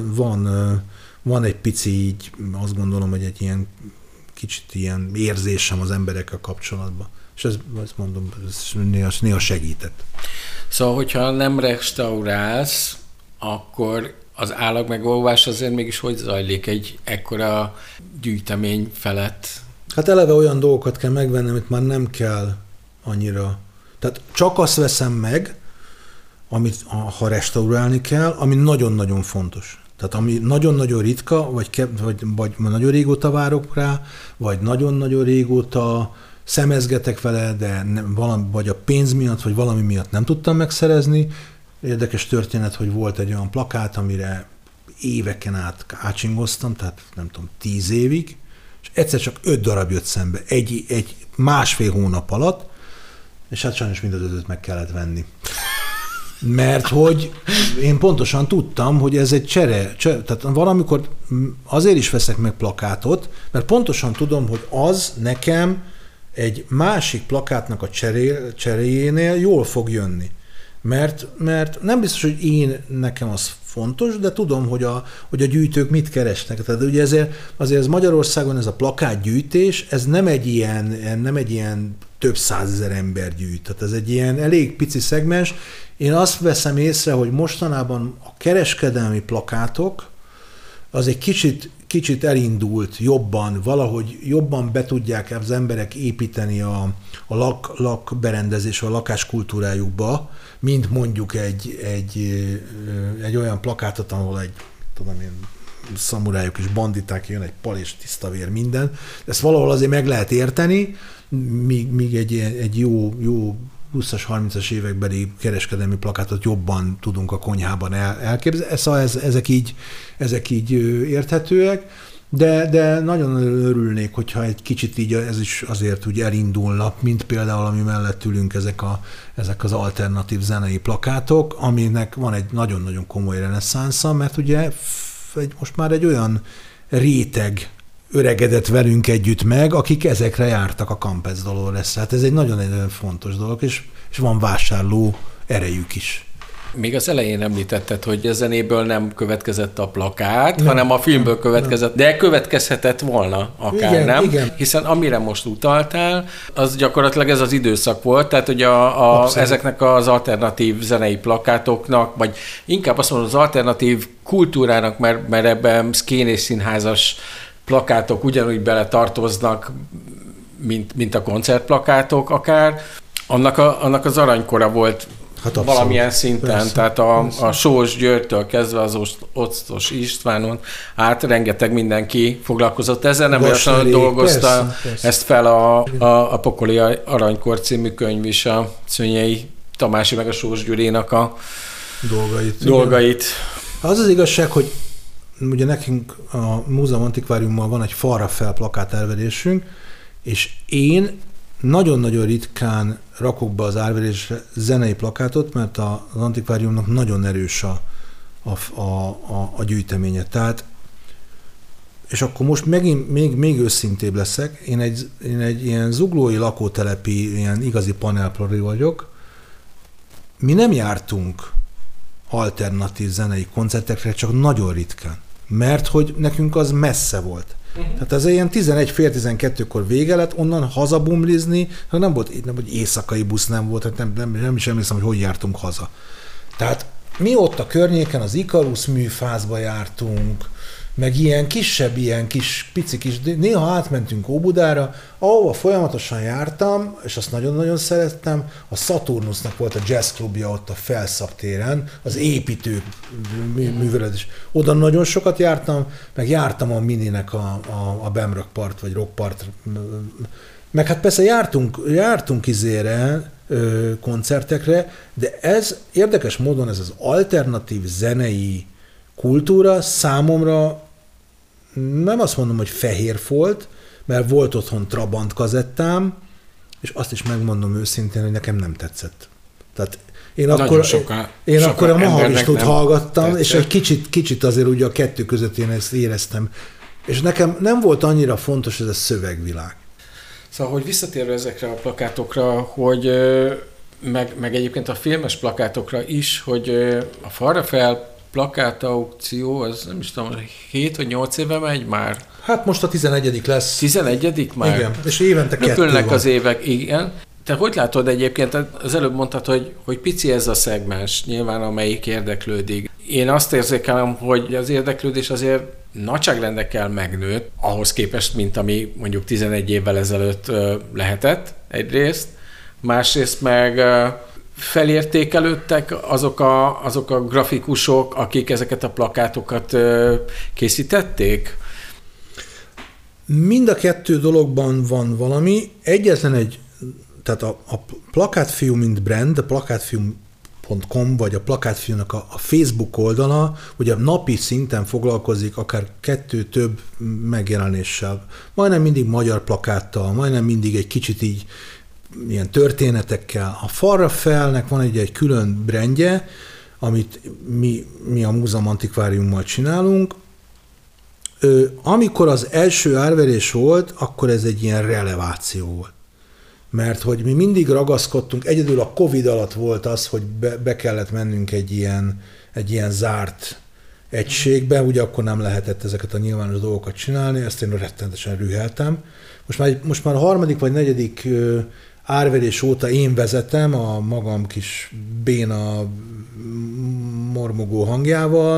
van egy pici így, azt gondolom, hogy egy ilyen kicsit ilyen érzésem az emberekkel kapcsolatban. És ezt mondom, ez néha segített.
Szóval, hogyha nem restaurálsz, akkor az állagmegóvás azért mégis hogy zajlik egy ekkora gyűjtemény felett?
Hát eleve olyan dolgokat kell megvenni, amit már nem kell annyira. Tehát csak azt veszem meg, amit ha restaurálni kell, ami nagyon-nagyon fontos. Tehát ami nagyon-nagyon ritka, vagy nagyon régóta várok rá, vagy nagyon-nagyon régóta szemezgetek vele, de vagy a pénz miatt, vagy valami miatt nem tudtam megszerezni. Érdekes történet, hogy volt egy olyan plakát, amire éveken át ácsingoztam, tehát nem tudom, 10 évig, és egyszer csak 5 darab jött szembe, egy másfél hónap alatt, és hát sajnos mind az 5-öt meg kellett venni. Mert hogy én pontosan tudtam, hogy ez egy csere. Tehát valamikor azért is veszek meg plakátot, mert pontosan tudom, hogy az nekem egy másik plakátnak a cseréjénél jól fog jönni. Mert nem biztos, hogy nekem az fontos, de tudom, hogy a gyűjtők mit keresnek. Tehát ugye azért ez Magyarországon ez a plakátgyűjtés, ez nem egy ilyen több százezer ember gyűjt. Tehát ez egy ilyen elég pici szegmens. Én azt veszem észre, hogy mostanában a kereskedelmi plakátok az egy kicsit elindult jobban, valahogy jobban be tudják az emberek építeni a lakberendezés, a lakáskultúrájukba, mint mondjuk egy olyan plakátot, ahol szamurájok és banditák, jön egy pal és tiszta vér, minden. Ezt valahol azért meg lehet érteni, míg egy jó 20-as, 30-as évekbeli kereskedelmi plakátot jobban tudunk a konyhában elképzelni. Szóval ezek így érthetőek, de nagyon örülnék, hogyha egy kicsit így ez is azért úgy elindulna, mint például, ami mellett ülünk ezek az alternatív zenei plakátok, aminek van egy nagyon-nagyon komoly reneszánsza, mert ugye most már egy olyan réteg öregedett velünk együtt meg, akik ezekre jártak a Campes Dolores. Hát ez egy nagyon-nagyon fontos dolog, és van vásárló erejük is.
Még az elején említetted, hogy a zenéből nem következett a plakát, hanem a filmből következett, de következhetett volna akár, igen, nem? Igen. Hiszen amire most utaltál, az gyakorlatilag ez az időszak volt, tehát hogy ezeknek az alternatív zenei plakátoknak, vagy inkább azt mondom az alternatív kultúrának, mert ebben szkén és színházas plakátok ugyanúgy bele tartoznak, mint a koncertplakátok akár. Annak az aranykora volt valamilyen szinten, persze, tehát a Sós Györgytől kezdve az Octos Istvánon át rengeteg mindenki foglalkozott ezzel, nem olyan dolgozta ezt fel a Pokoli Aranykor című könyv is, a Szönyei Tamási meg a Sós Gyurénak a dolgait.
Az az igazság, hogy ugye nekünk a Múzeum Antikváriummal van egy falra fel plakát elverésünk, és én nagyon-nagyon ritkán rakok be az árverésre zenei plakátot, mert az antikváriumnak nagyon erős a gyűjteménye. Tehát, és akkor most megint még őszintébb leszek, én egy ilyen zuglói lakótelepi, ilyen igazi panelprori vagyok. Mi nem jártunk alternatív zenei koncertekre, csak nagyon ritkán. Mert hogy nekünk az messze volt. Tehát ez ilyen fél 12-kor vége lett, onnan hazabumlizni, nem volt éjszakai busz nem volt, nem is emlékszem, hogy jártunk haza. Tehát mi ott a környéken az Ikarus műfázba jártunk, meg ilyen kisebb, pici kis, néha átmentünk Óbudára, ahova folyamatosan jártam, és azt nagyon-nagyon szerettem, a Saturnusnak volt a jazzklubja ott a Felszab téren, az építő művelődés. Oda nagyon sokat jártam, meg jártam a Mininek a Bemrock part, vagy Rockpart, meg hát persze jártunk koncertekre, de ez érdekes módon ez az alternatív zenei kultúra számomra nem azt mondom, hogy fehér folt, mert volt otthon Trabant kazettám, és azt is megmondom őszintén, hogy nekem nem tetszett. Tehát én akkor a Mahavistut hallgattam, tetszett. És egy kicsit azért ugye a kettő között én ezt éreztem. És nekem nem volt annyira fontos ez a szövegvilág.
Szóval, hogy visszatérve ezekre a plakátokra, hogy meg egyébként a filmes plakátokra is, hogy a falra fel plakátaukció, az nem is tudom, 7 vagy 8 éve megy már?
Hát most a 11. lesz.
11. már?
Igen, és évente 2 van.
Az évek, igen. Te hogy látod egyébként, az előbb mondtad, hogy pici ez a szegmens, nyilván amelyik érdeklődik. Én azt érzékelem, hogy az érdeklődés azért nagyságrendekkel megnőtt, ahhoz képest, mint ami mondjuk 11 évvel ezelőtt lehetett egyrészt, másrészt meg felértékelődtek azok a grafikusok, akik ezeket a plakátokat készítették?
Mind a kettő dologban van valami. Tehát a Plakátfiú, mint brand, a plakátfiú.com, vagy a Plakátfiúnak a Facebook oldala, ugye napi szinten foglalkozik akár 2 több megjelenéssel. Majdnem mindig magyar plakáttal, majdnem mindig egy kicsit így ilyen történetekkel. A falra felnek van egy külön brandje, amit mi a Múzeum Antikváriummal csinálunk. Amikor az első árverés volt, akkor ez egy ilyen releváció volt. Mert hogy mi mindig ragaszkodtunk, egyedül a Covid alatt volt az, hogy be kellett mennünk egy ilyen zárt egységbe, ugye akkor nem lehetett ezeket a nyilvános dolgokat csinálni, ezt én rettenetesen rüheltem. Most már a 3. vagy 4. árverés óta én vezetem a magam kis béna mormogó hangjával,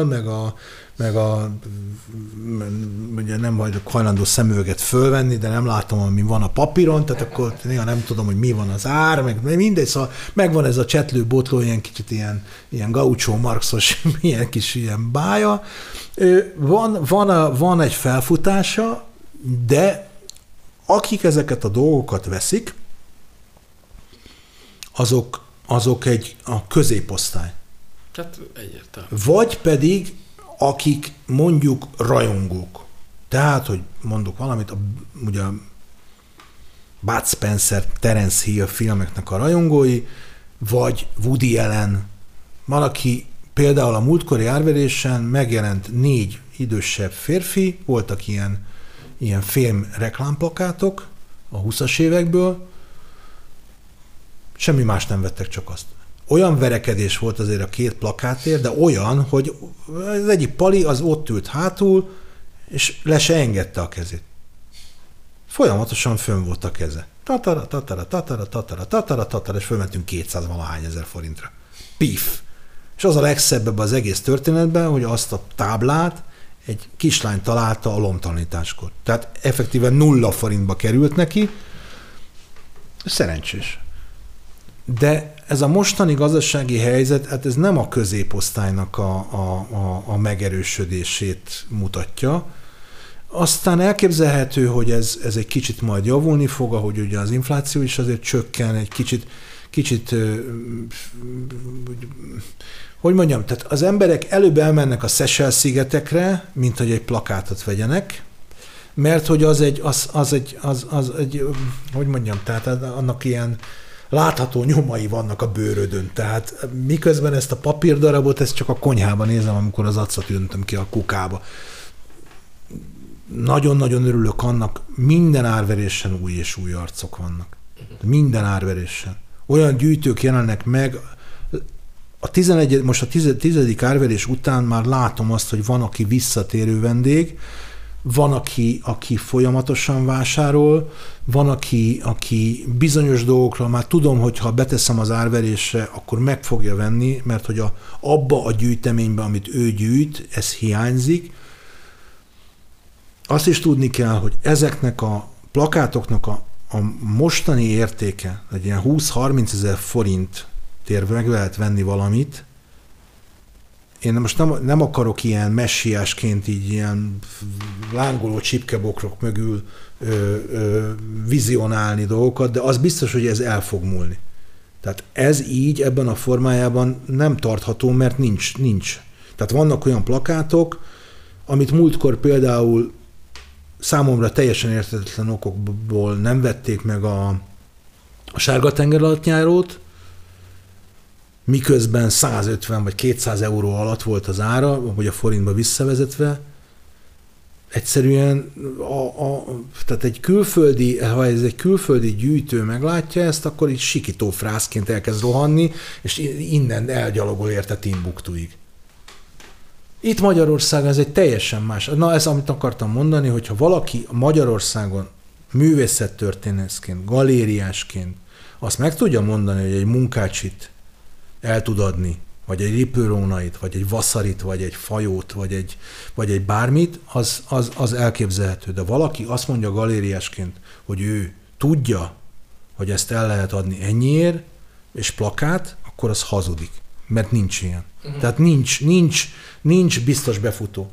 ugye nem vagyok hajlandó szemüveget fölvenni, de nem látom, ami van a papíron, tehát akkor néha nem tudom, hogy mi van az ár, meg mindegy, szóval megvan ez a csetlő-botló, ilyen kicsit ilyen gaucho marxos, ilyen kis ilyen bája. Van egy felfutása, de akik ezeket a dolgokat veszik, azok a középosztály.
Tehát egyértelmű.
Vagy pedig akik mondjuk rajongók. Tehát, hogy mondok valamit, ugye a Bud Spencer, Terence Hill filmeknek a rajongói, vagy Woody Allen. Valaki például a múltkori árverésen megjelent 4 idősebb férfi, voltak ilyen film reklámplakátok a 20-as évekből, semmi más nem vettek, csak azt. Olyan verekedés volt azért a 2 plakátért, de olyan, hogy az egyik pali az ott ült hátul, és le se engedte a kezét. Folyamatosan fönn volt a keze. Tatara, és fölmentünk 200-valahány ezer forintra. Pif! És az a legszebb az egész történetben, hogy azt a táblát egy kislány találta a lomtalanításkor. Tehát effektíven 0 forintba került neki. Szerencsés. De ez a mostani gazdasági helyzet, hát ez nem a középosztálynak a megerősödését mutatja. Aztán elképzelhető, hogy ez egy kicsit majd javulni fog, ahogy ugye az infláció is azért csökken, egy kicsit hogy mondjam, tehát az emberek előbb elmennek a Seychelles-szigetekre, mint hogy egy plakátot vegyenek, mert hogy az egy, hogy mondjam, tehát annak ilyen látható nyomai vannak a bőrödön. Tehát miközben ezt a papírdarabot, ezt csak a konyhában nézem, amikor az acat öntöm ki a kukába. Nagyon-nagyon örülök annak, minden árverésen új és új arcok vannak. Minden árverésen. Olyan gyűjtők jelennek meg, most a 10. árverés után már látom azt, hogy van, aki visszatérő vendég, van, aki folyamatosan vásárol, van, aki bizonyos dolgokra már tudom, hogy ha beteszem az árverésre, akkor meg fogja venni, mert hogy abba a gyűjteményben, amit ő gyűjt, ez hiányzik. Azt is tudni kell, hogy ezeknek a plakátoknak a mostani értéke, egy ilyen 20-30 ezer forintért meg lehet venni valamit. Én most nem akarok ilyen messiásként így ilyen lángoló csipkebokrok mögül vizionálni dolgokat, de az biztos, hogy ez el fog múlni. Tehát ez így ebben a formájában nem tartható, mert nincs. Tehát vannak olyan plakátok, amit múltkor például számomra teljesen érthetetlen okokból nem vették meg a sárga tengeralattjárót, miközben 150 vagy 200 euró alatt volt az ára, vagy a forintba visszavezetve. Egyszerűen, tehát ha ez egy külföldi gyűjtő meglátja ezt, akkor így sikító frászként elkezd rohanni, és innen elgyalogol érte Timbuktuig. Itt Magyarországon ez egy teljesen más. Na, ez amit akartam mondani, hogyha valaki Magyarországon művészettörténészként, galériásként azt meg tudja mondani, hogy egy munkácsit el tud adni, vagy egy ripőrónait, vagy egy vasarit, vagy egy fajót, vagy egy bármit, az elképzelhető. De valaki azt mondja galériásként, hogy ő tudja, hogy ezt el lehet adni ennyiért, és plakát, akkor az hazudik. Mert nincs ilyen. Tehát nincs biztos befutó.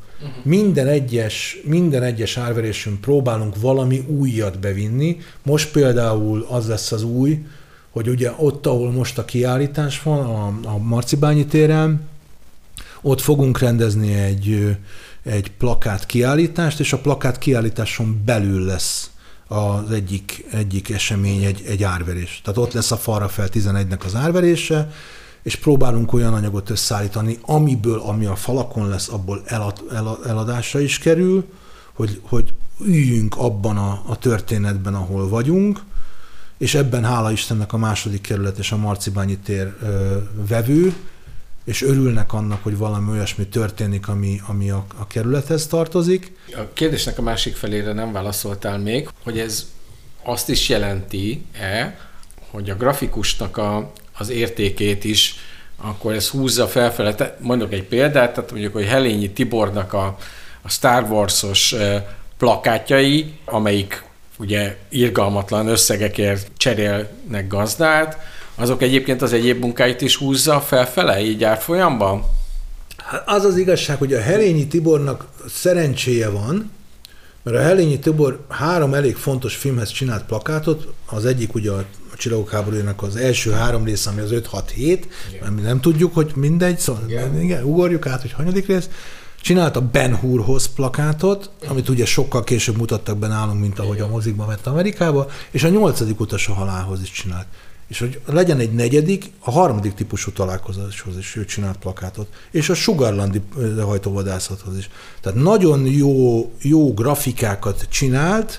Minden egyes árverésünk próbálunk valami újat bevinni. Most például az lesz az új, hogy ugye ott, ahol most a kiállítás van, a Marcibányi téren, ott fogunk rendezni egy plakát kiállítást, és a plakát kiállításon belül lesz az egyik esemény, egy árverés. Tehát ott lesz a Falra fel 11-nek az árverése, és próbálunk olyan anyagot összeállítani, ami a falakon lesz, abból eladásra is kerül, hogy üljünk abban a történetben, ahol vagyunk, és ebben hála Istennek a második kerület és a Marcibányi tér vevő, és örülnek annak, hogy valami olyasmi történik, ami a kerülethez tartozik.
A kérdésnek a másik felére nem válaszoltál még, hogy ez azt is jelenti-e, hogy a grafikusnak az értékét is akkor ez húzza felfele. Mondok egy példát, tehát mondjuk, hogy Helényi Tibornak a Star Wars-os plakátjai, amelyik ugye irgalmatlan összegekért cserélnek gazdát, azok egyébként az egyéb munkáit is húzza felfele, így árfolyamban?
Az az igazság, hogy a Helényi Tibornak szerencséje van, mert a Helényi Tibor 3 elég fontos filmhez csinált plakátot, az egyik ugye a Csillagok háborújának az első 3 rész, ami az 5-6-7, ami nem tudjuk, hogy mindegy, szóval igen, ugorjuk át, hogy hanyadik rész. Csinált a Ben Hurhoz plakátot, amit ugye sokkal később mutattak be nálunk, mint ahogy a mozikban vett Amerikába, és a 8. utas a halálhoz is csinált. És hogy legyen egy 4., a 3. típusú találkozáshoz is ő csinált plakátot, és a Sugarlandi hajtóvadászathoz is. Tehát nagyon jó grafikákat csinált,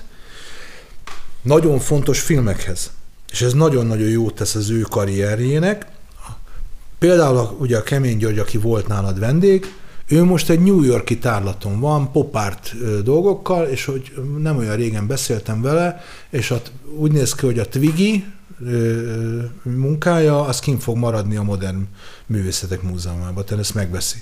nagyon fontos filmekhez. És ez nagyon-nagyon jót tesz az ő karrierjének. Például ugye a Kemény György, aki volt nálad vendég, ő most egy New York-i tárlaton van, pop art dolgokkal, és hogy nem olyan régen beszéltem vele, és úgy néz ki, hogy a Twiggy munkája, az kint fog maradni a Modern Művészetek Múzeumában, tehát ezt megveszi.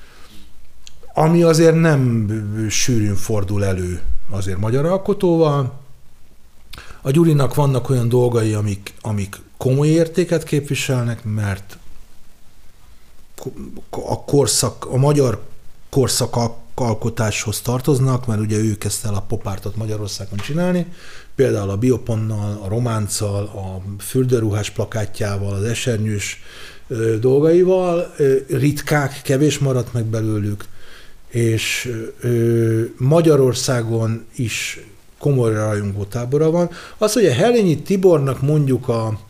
Ami azért nem sűrűn fordul elő azért magyar alkotóval. A Gyurinak vannak olyan dolgai, amik komoly értéket képviselnek, mert a magyar korszak alkotáshoz tartoznak, mert ugye ő kezdte el a popártot Magyarországon csinálni, például a Bioponnal, a Románccal, a fürdőruhás plakátjával, az esernyős dolgaival, ritkák, kevés maradt meg belőlük, és Magyarországon is komoly rajongótábora van. Az, hogy a Helényi Tibornak mondjuk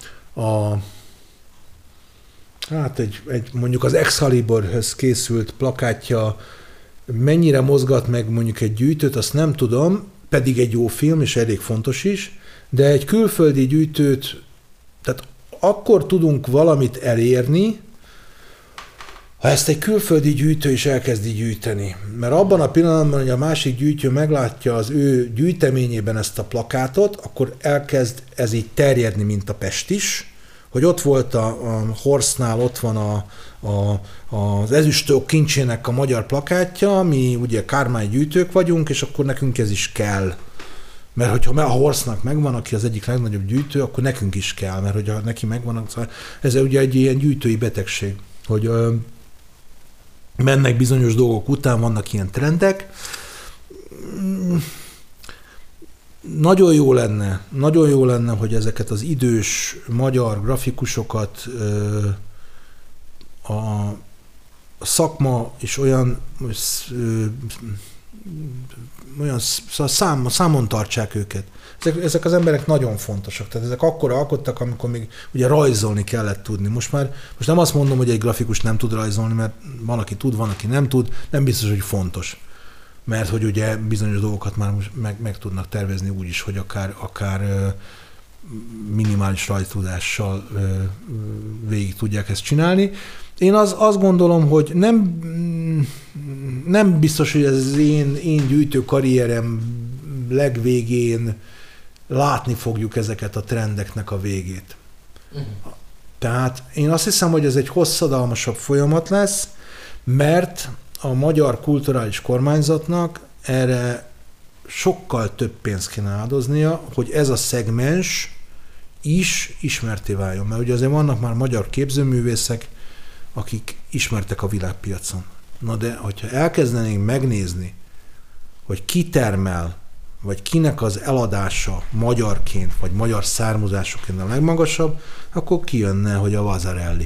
mondjuk az Excaliburhöz készült plakátja mennyire mozgat meg mondjuk egy gyűjtőt, azt nem tudom, pedig egy jó film, és elég fontos is, de egy külföldi gyűjtőt, tehát akkor tudunk valamit elérni, ha ezt egy külföldi gyűjtő is elkezdi gyűjteni. Mert abban a pillanatban, hogy a másik gyűjtő meglátja az ő gyűjteményében ezt a plakátot, akkor elkezd ez így terjedni, mint a Pest is, hogy ott volt a Horstnál, ott van az ezüstók kincsének a magyar plakátja, mi ugye kármány gyűjtők vagyunk, és akkor nekünk ez is kell. Mert hogyha a Horstnak megvan, aki az egyik legnagyobb gyűjtő, akkor nekünk is kell, mert hogyha neki megvan, ez ugye egy ilyen gyűjtői betegség, hogy mennek bizonyos dolgok után, vannak ilyen trendek. Nagyon jó lenne, hogy ezeket az idős magyar grafikusokat a szakma és olyan számon tartsák őket. Ezek az emberek nagyon fontosak. Tehát ezek akkor alkottak, amikor még ugye rajzolni kellett tudni. Most nem azt mondom, hogy egy grafikus nem tud rajzolni, mert van, aki tud, van, aki nem tud, nem biztos, hogy fontos. Mert hogy ugye bizonyos dolgokat már meg tudnak tervezni úgy is, hogy akár minimális rajztudással végig tudják ezt csinálni. Én azt gondolom, hogy nem biztos, hogy ez az én gyűjtő karrierem legvégén látni fogjuk ezeket a trendeknek a végét. Tehát én azt hiszem, hogy ez egy hosszadalmasabb folyamat lesz, mert a magyar kulturális kormányzatnak erre sokkal több pénzt kéne áldoznia, hogy ez a szegmens is ismerté váljon. Mert ugye azért vannak már magyar képzőművészek, akik ismertek a világpiacon. Na de, hogyha elkezdenénk megnézni, hogy ki termel, vagy kinek az eladása magyarként, vagy magyar származásuként a legmagasabb, akkor kijönne, hogy a Vasarely.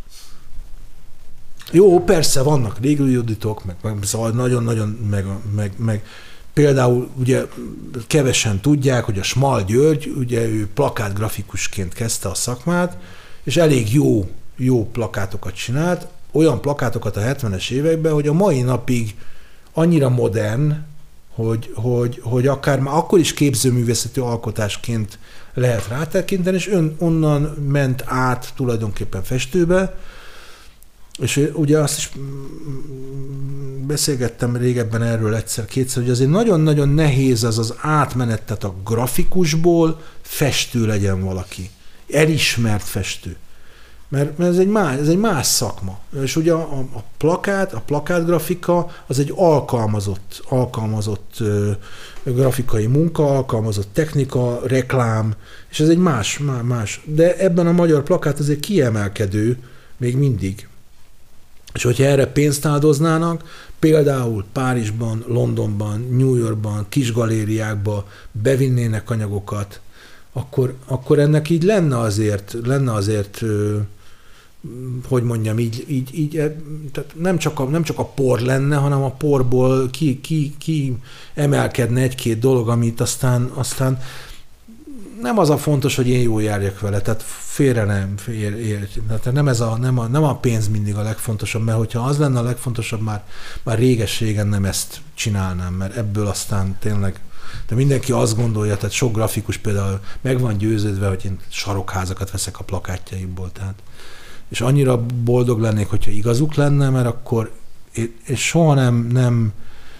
Jó, persze vannak Régli Juditok, meg szóval nagyon-nagyon, meg például ugye kevesen tudják, hogy a Small György, ugye ő plakátgrafikusként kezdte a szakmát, és elég jó plakátokat csinált, olyan plakátokat a 70-es években, hogy a mai napig annyira modern, hogy akár már akkor is képzőművészeti alkotásként lehet rátekinteni, és onnan ment át tulajdonképpen festőbe, és ugye azt is beszélgettem régebben erről egyszer-kétszer, hogy azért nagyon-nagyon nehéz az átmenet, tehát a grafikusból festő legyen valaki. Elismert festő. Mert ez egy más szakma. És ugye a plakátgrafika az egy alkalmazott grafikai munka, alkalmazott technika, reklám, és ez egy más. De ebben a magyar plakát azért kiemelkedő még mindig. És hogyha erre pénzt áldoznának, például Párizsban, Londonban, New Yorkban, kis galériákba bevinnének anyagokat, akkor ennek így lenne azért hogy mondjam, így tehát nem csak a por lenne, hanem a porból ki emelkedne egy-két dolog, amit aztán nem az a fontos, hogy én jól járjak vele, tehát tehát nem a pénz mindig a legfontosabb, mert hogyha az lenne a legfontosabb, már réges-régen nem ezt csinálnám, mert ebből aztán tényleg, de mindenki azt gondolja, tehát sok grafikus például meg van győződve, hogy én sarokházakat veszek a plakátjaimból, tehát és annyira boldog lennék, hogyha igazuk lenne, mert akkor és soha nem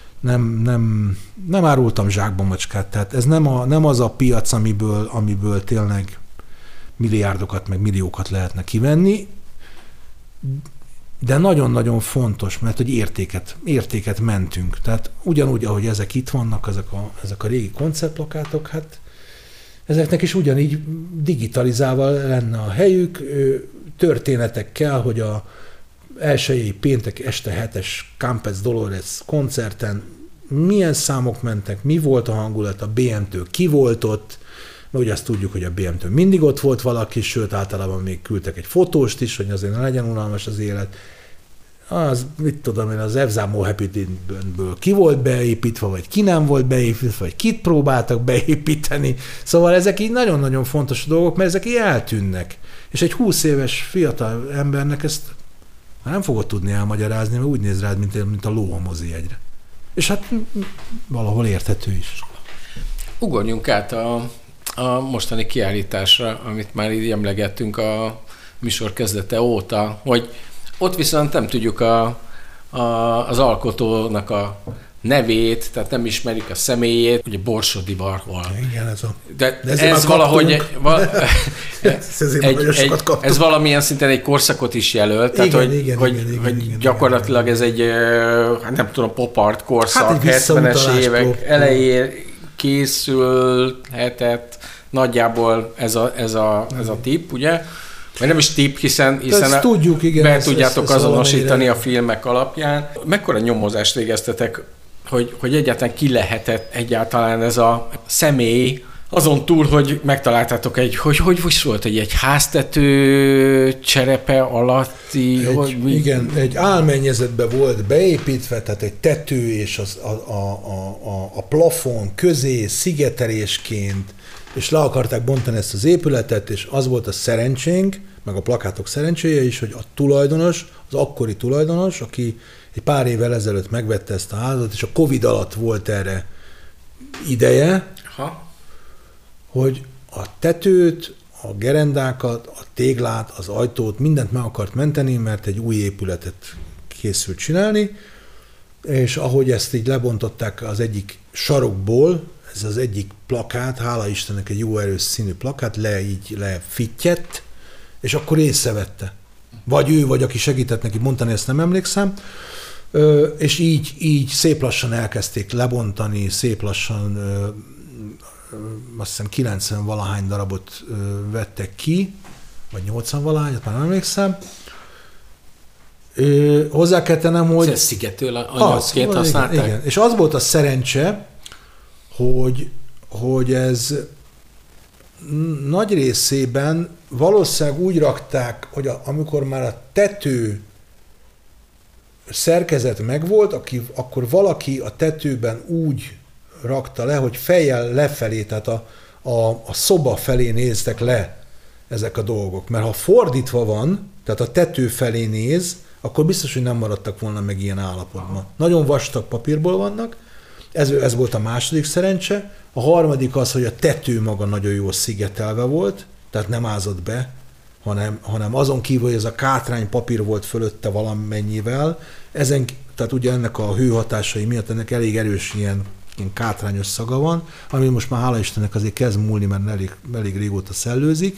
árultam zsákba macskát, tehát ez nem az a piac, amiből tényleg milliárdokat, meg milliókat lehetne kivenni, de nagyon-nagyon fontos, mert hogy értéket mentünk. Tehát ugyanúgy, ahogy ezek itt vannak, ezek a régi koncertplakátok, hát ezeknek is ugyanígy digitalizálva lenne a helyük, történetekkel, hogy elsőjei péntek este 7-es Campes Dolores koncerten milyen számok mentek, mi volt a hangulat, a BM-től ki volt ott, mert ugye azt tudjuk, hogy a BM-től mindig ott volt valaki, sőt általában még küldtek egy fotóst is, hogy azért ne legyen unalmas az élet. Az, mit tudom én, az Evzámó Happy Dance-ből ki volt beépítve, vagy ki nem volt beépítve, vagy kit próbáltak beépíteni. Szóval ezek így nagyon-nagyon fontos dolgok, mert ezek így eltűnnek. És egy 20 éves fiatal embernek ezt már nem fogod tudni elmagyarázni, mert úgy néz rád, mint a ló a mozijegyre. És hát valahol érthető is.
Ugorjunk át a mostani kiállításra, amit már így emlegettünk a műsor kezdete óta, hogy ott viszont nem tudjuk az alkotónak a nevét, tehát nem ismerik a személyét, ugye Borsodi Varhol.
Igen,
ez valahogy ez valamilyen szinten egy korszakot is jelölt, tehát hogy gyakorlatilag ez egy, nem tudom, pop art korszak, 70-es évek elején készülhetett nagyjából ez a tipp, ugye? Vagy nem is tipp, hiszen
tudjuk, igen,
be tudjátok azonosítani a filmek alapján. Mekkora nyomozást végeztetek, hogy egyáltalán ki lehetett egyáltalán ez a személy, azon túl, hogy megtaláltátok hogy volt, egy háztető cserepe alatti...
egy álmennyezetbe volt beépítve, tehát egy tető és a plafon közé szigetelésként, és le akarták bontani ezt az épületet, és az volt a szerencsénk, meg a plakátok szerencséje is, hogy a tulajdonos, az akkori tulajdonos, aki egy pár évvel ezelőtt megvette ezt a házat, és a Covid alatt volt erre ideje, hogy a tetőt, a gerendákat, a téglát, az ajtót, mindent meg akart menteni, mert egy új épületet készült csinálni, és ahogy ezt így lebontották az egyik sarokból, ez az egyik plakát, hála Istennek egy jó erős színű plakát, lefittyett, és akkor észrevette. Vagy ő, vagy aki segített neki bontani, ezt nem emlékszem, és így szép lassan elkezdték lebontani, szép lassan azt hiszem 90-valahány darabot vettek ki, vagy 80-valahányat, már nem emlékszem. Hozzá kell tennem, hogy...
Ez szigetől anyagként használták?
Igen. És az volt a szerencse, hogy ez nagy részében valószínűleg úgy rakták, hogy amikor már a tető szerkezet megvolt, akkor valaki a tetőben úgy rakta le, hogy fejjel lefelé, tehát a szoba felé néztek le ezek a dolgok. Mert ha fordítva van, tehát a tető felé néz, akkor biztos, hogy nem maradtak volna meg ilyen állapotban. Nagyon vastag papírból vannak, ez volt a második szerencse. A harmadik az, hogy a tető maga nagyon jól szigetelve volt, tehát nem ázott be, hanem azon kívül, hogy ez a kátrány papír volt fölötte valamennyivel, tehát ugye ennek a hőhatásai miatt ennek elég erős ilyen kátrányos szaga van, ami most már hála Istennek azért kezd múlni, mert elég régóta szellőzik.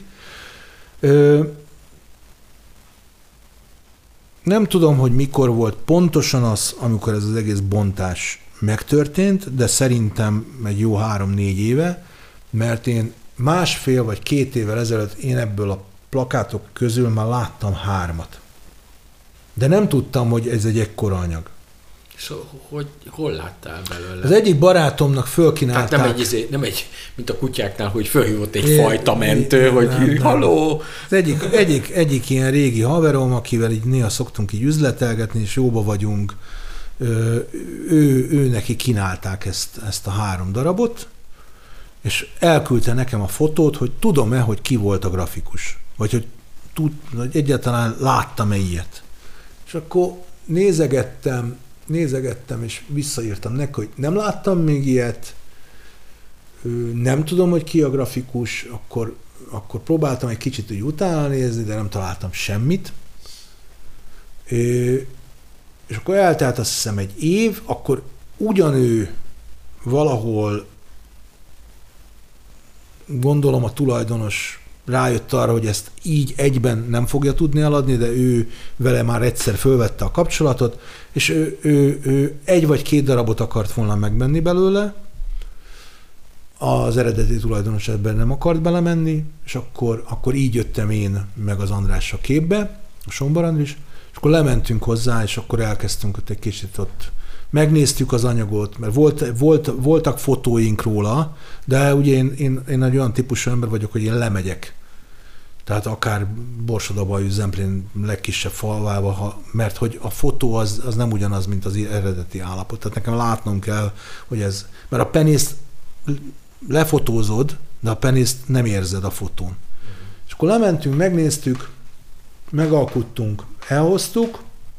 Nem tudom, hogy mikor volt pontosan az, amikor ez az egész bontás megtörtént, de szerintem egy jó 3-4 éve, mert én 1,5 vagy 2 évvel ezelőtt én ebből a plakátok közül már láttam 3. De nem tudtam, hogy ez egy ekkora anyag.
És hol láttál belőle?
Az egyik barátomnak fölkínálták.
Tehát nem egy, mint a kutyáknál, hogy fölhívott egy fajta mentő, hogy haló!
Az egyik ilyen régi haverom, akivel így néha szoktunk így üzletelgetni, és jóba vagyunk, ő neki kínálták ezt a 3 darabot, és elküldte nekem a fotót, hogy tudom-e, hogy ki volt a grafikus. Vagy hogy egyáltalán láttam-e ilyet. És akkor nézegettem, és visszaírtam neki, hogy nem láttam még ilyet, nem tudom, hogy ki a grafikus, akkor próbáltam egy kicsit úgy utána nézni, de nem találtam semmit. És akkor eltelt azt hiszem egy év, akkor ugyanő valahol, gondolom a tulajdonos rájött arra, hogy ezt így egyben nem fogja tudni eladni, de ő vele már egyszer fölvette a kapcsolatot, és ő 1 vagy 2 darabot akart volna megvenni belőle, az eredeti tulajdonos ebben nem akart belemenni, és akkor így jöttem én meg az András a képbe, a Sombar Andris, és akkor lementünk hozzá, és akkor elkezdtünk ott egy kicsit ott. Megnéztük az anyagot, mert voltak fotóink róla, de ugye én egy olyan típusú ember vagyok, hogy én lemegyek. Tehát akár Borsod-Abaúj Zemplén legkisebb falvába, mert hogy a fotó az nem ugyanaz, mint az eredeti állapot. Tehát nekem látnom kell, hogy ez... Mert a penészt lefotózod, de a penészt nem érzed a fotón. És akkor lementünk, megnéztük, megalkuttunk, elhoztuk,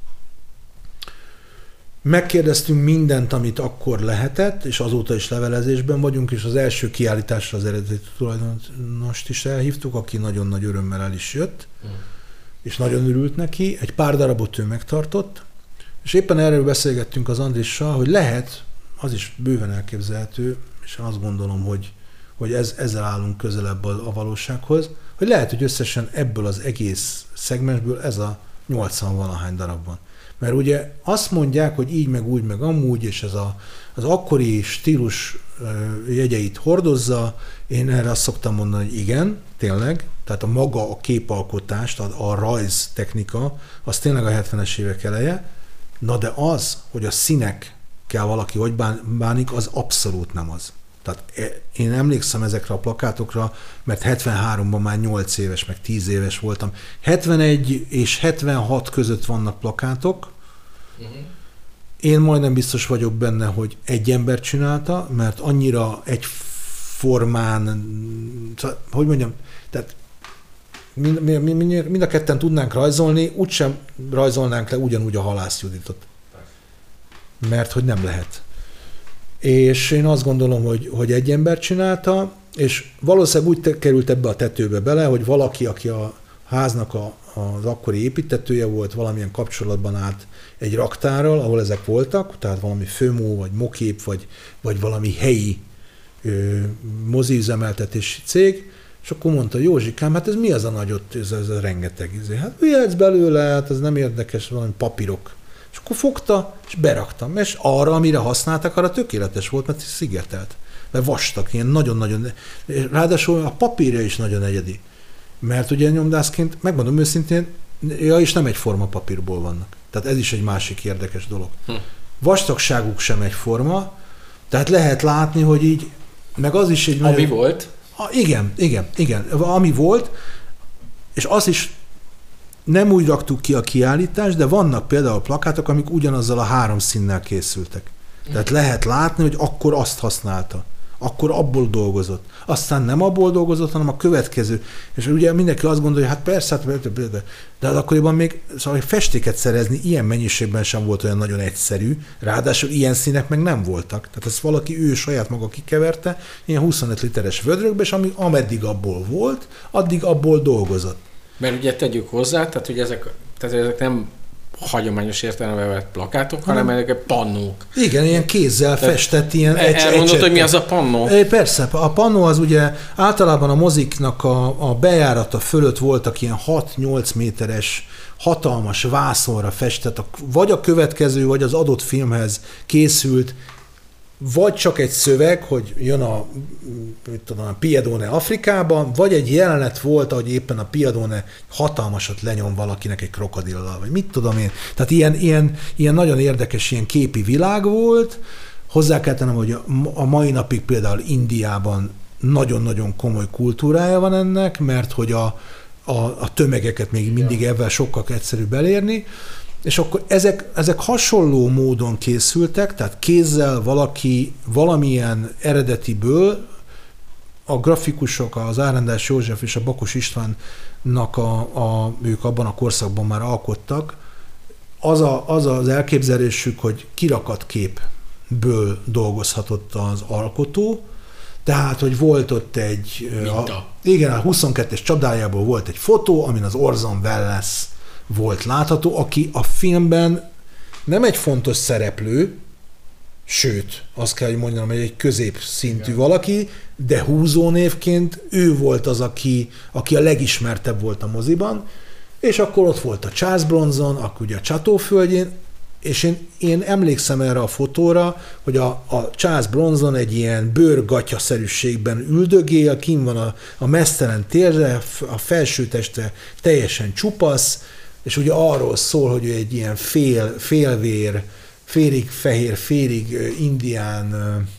megkérdeztünk mindent, amit akkor lehetett, és azóta is levelezésben vagyunk, és az első kiállításra az eredeti tulajdonost is elhívtuk, aki nagyon nagy örömmel el is jött, és nagyon örült neki. Egy pár darabot ő megtartott, és éppen erről beszélgettünk az Andrissal, hogy lehet, az is bőven elképzelhető, és azt gondolom, hogy ezzel állunk közelebb a valósághoz, hogy lehet, hogy összesen ebből az egész szegmensből ez a 80-valahány darab van. Mert ugye azt mondják, hogy így, meg úgy, meg amúgy, és ez az akkori stílus jegyeit hordozza. Én erre azt szoktam mondani, hogy igen, tényleg, tehát a képalkotás, tehát a rajz technika, az tényleg a 70-es évek eleje, na de az, hogy a színekkel valaki hogy bánik, az abszolút nem az. Tehát én emlékszem ezekre a plakátokra, mert 73-ban már 8 éves, meg 10 éves voltam. 71 és 76 között vannak plakátok. Én majdnem biztos vagyok benne, hogy egy ember csinálta, mert annyira egyformán, hogy mondjam, tehát mind a ketten tudnánk rajzolni, úgysem rajzolnánk le ugyanúgy a Halász Juditot. Mert hogy nem lehet. És én azt gondolom, hogy egy ember csinálta, és valószínűleg úgy került ebbe a tetőbe bele, hogy valaki, aki a háznak az akkori építtetője volt, valamilyen kapcsolatban állt egy raktárral, ahol ezek voltak, tehát valami főmó, vagy mokép, vagy valami helyi moziüzemeltetési cég, és akkor mondta, Józsikám, hát ez mi az a nagyot, ez a rengeteg izé? Hát vihetsz belőle, hát ez nem érdekes, valami papírok. És akkor fogta, és beraktam. És arra, amire használtak, arra tökéletes volt, mert szigetelt. Mert vastag, ilyen nagyon-nagyon... Ráadásul a papírja is nagyon egyedi. Mert ugye nyomdászként, megmondom őszintén, és nem egyforma papírból vannak. Tehát ez is egy másik érdekes dolog. Vastagságuk sem egyforma, tehát lehet látni, hogy így, meg az is egy...
Ami nagyon... volt.
Igen. Ami volt, és az is nem úgy raktuk ki a kiállítást, de vannak például plakátok, amik ugyanazzal a 3 színnel készültek. Tehát lehet látni, hogy akkor azt használta. Akkor abból dolgozott. Aztán nem abból dolgozott, hanem a következő. És ugye mindenki azt gondolja, hogy hát persze, de akkoriban még szóval festéket szerezni ilyen mennyiségben sem volt olyan nagyon egyszerű, ráadásul ilyen színek meg nem voltak. Tehát ezt valaki ő saját maga kikeverte, ilyen 25 literes vödrökbe, és ameddig abból volt, addig abból dolgozott.
Mert ugye tegyük hozzá, tehát hogy ezek nem hagyományos értelemben vett plakátok, hanem ezek pannók.
Igen, ilyen kézzel festett, ilyen
elmondod, hogy mi az a pannó?
Persze, a pannó az ugye általában a moziknak a bejárata fölött voltak ilyen 6-8 méteres hatalmas vászonra festett, vagy a következő, vagy az adott filmhez készült, vagy csak egy szöveg, hogy jön a Piedone Afrikában, vagy egy jelenet volt, ahogy éppen a Piedone hatalmasat lenyom valakinek egy krokodillal, vagy mit tudom én. Tehát ilyen nagyon érdekes, ilyen képi világ volt. Hozzá kell tennem, hogy a mai napig például Indiában nagyon-nagyon komoly kultúrája van ennek, mert hogy a tömegeket még mindig ebben sokkal egyszerűbb elérni. És akkor ezek hasonló módon készültek, tehát kézzel valaki valamilyen eredetiből, a grafikusok, az Árendás József és a Bakos Istvánnak ők abban a korszakban már alkottak, az az elképzelésük, hogy kirakatképből dolgozhatott az alkotó, tehát, hogy volt ott egy... A 22-es csapdájából volt egy fotó, amin az Orson Welles volt látható, aki a filmben nem egy fontos szereplő, sőt, azt kell, hogy mondjam, hogy egy középszintű valaki, de húzónévként ő volt az, aki a legismertebb volt a moziban, és akkor ott volt a Charles Bronson, akkor ugye a Csatóföldjén, és én emlékszem erre a fotóra, hogy a Charles Bronson egy ilyen bőrgatyaszerűségben üldögél, kint van a meztelen térre, a felső teste teljesen csupasz, és ugye arról szól, hogy ő egy ilyen félvér, félig fehér, félig indián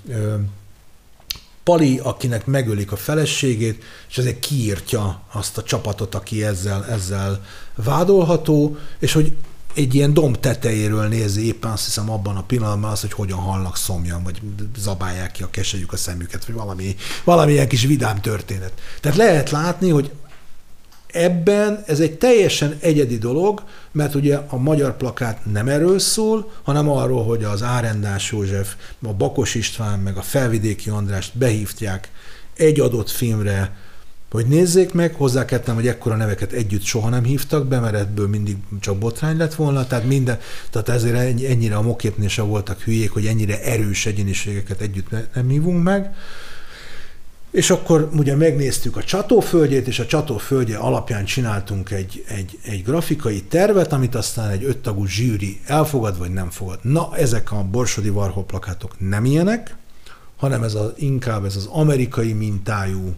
pali, akinek megölik a feleségét, és ezért kiírtja azt a csapatot, aki ezzel vádolható, és hogy egy ilyen domb tetejéről nézi éppen azt hiszem abban a pillanatban az, hogy hogyan halnak szomjan, vagy zabálják ki a keselyük a szemüket, vagy valami ilyen kis vidám történet. Tehát lehet látni, hogy ebben ez egy teljesen egyedi dolog, mert ugye a magyar plakát nem erről szól, hanem arról, hogy az Árendás József, a Bakos István, meg a Felvidéki Andrást behívják egy adott filmre, hogy nézzék meg, hozzá kell tennem, hogy ekkora neveket együtt soha nem hívtak be, mert ebből mindig csak botrány lett volna, tehát ezért ennyire a Moképnél se voltak hülyék, hogy ennyire erős egyéniségeket együtt nem hívunk meg. És akkor ugye megnéztük a Csatóföldjét, és a Csatóföldje alapján csináltunk egy grafikai tervet, amit aztán egy 5 tagú zsűri elfogad, vagy nem fogad. Na, ezek a Borsodi Warhol plakátok nem ilyenek, hanem inkább ez az amerikai mintájú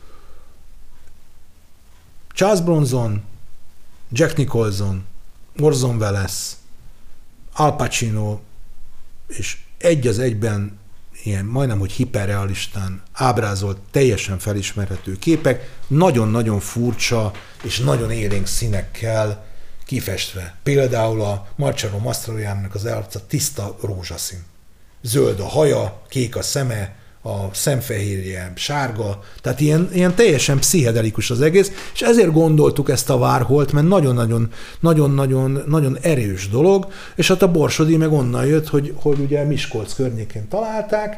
Charles Bronson, Jack Nicholson, Orson Welles, Al Pacino, és egy az egyben ilyen majdnem, hogy hiperrealistán ábrázolt, teljesen felismerhető képek, nagyon-nagyon furcsa és nagyon élénk színekkel kifestve. Például a Marcello Mastroianninak az arca tiszta rózsaszín. Zöld a haja, kék a szeme, a szemfehérje sárga, tehát ilyen teljesen pszichedelikus az egész, és ezért gondoltuk ezt a Warholt, mert nagyon erős dolog, és hát a Borsodi meg onnan jött, hogy ugye Miskolc környékén találták.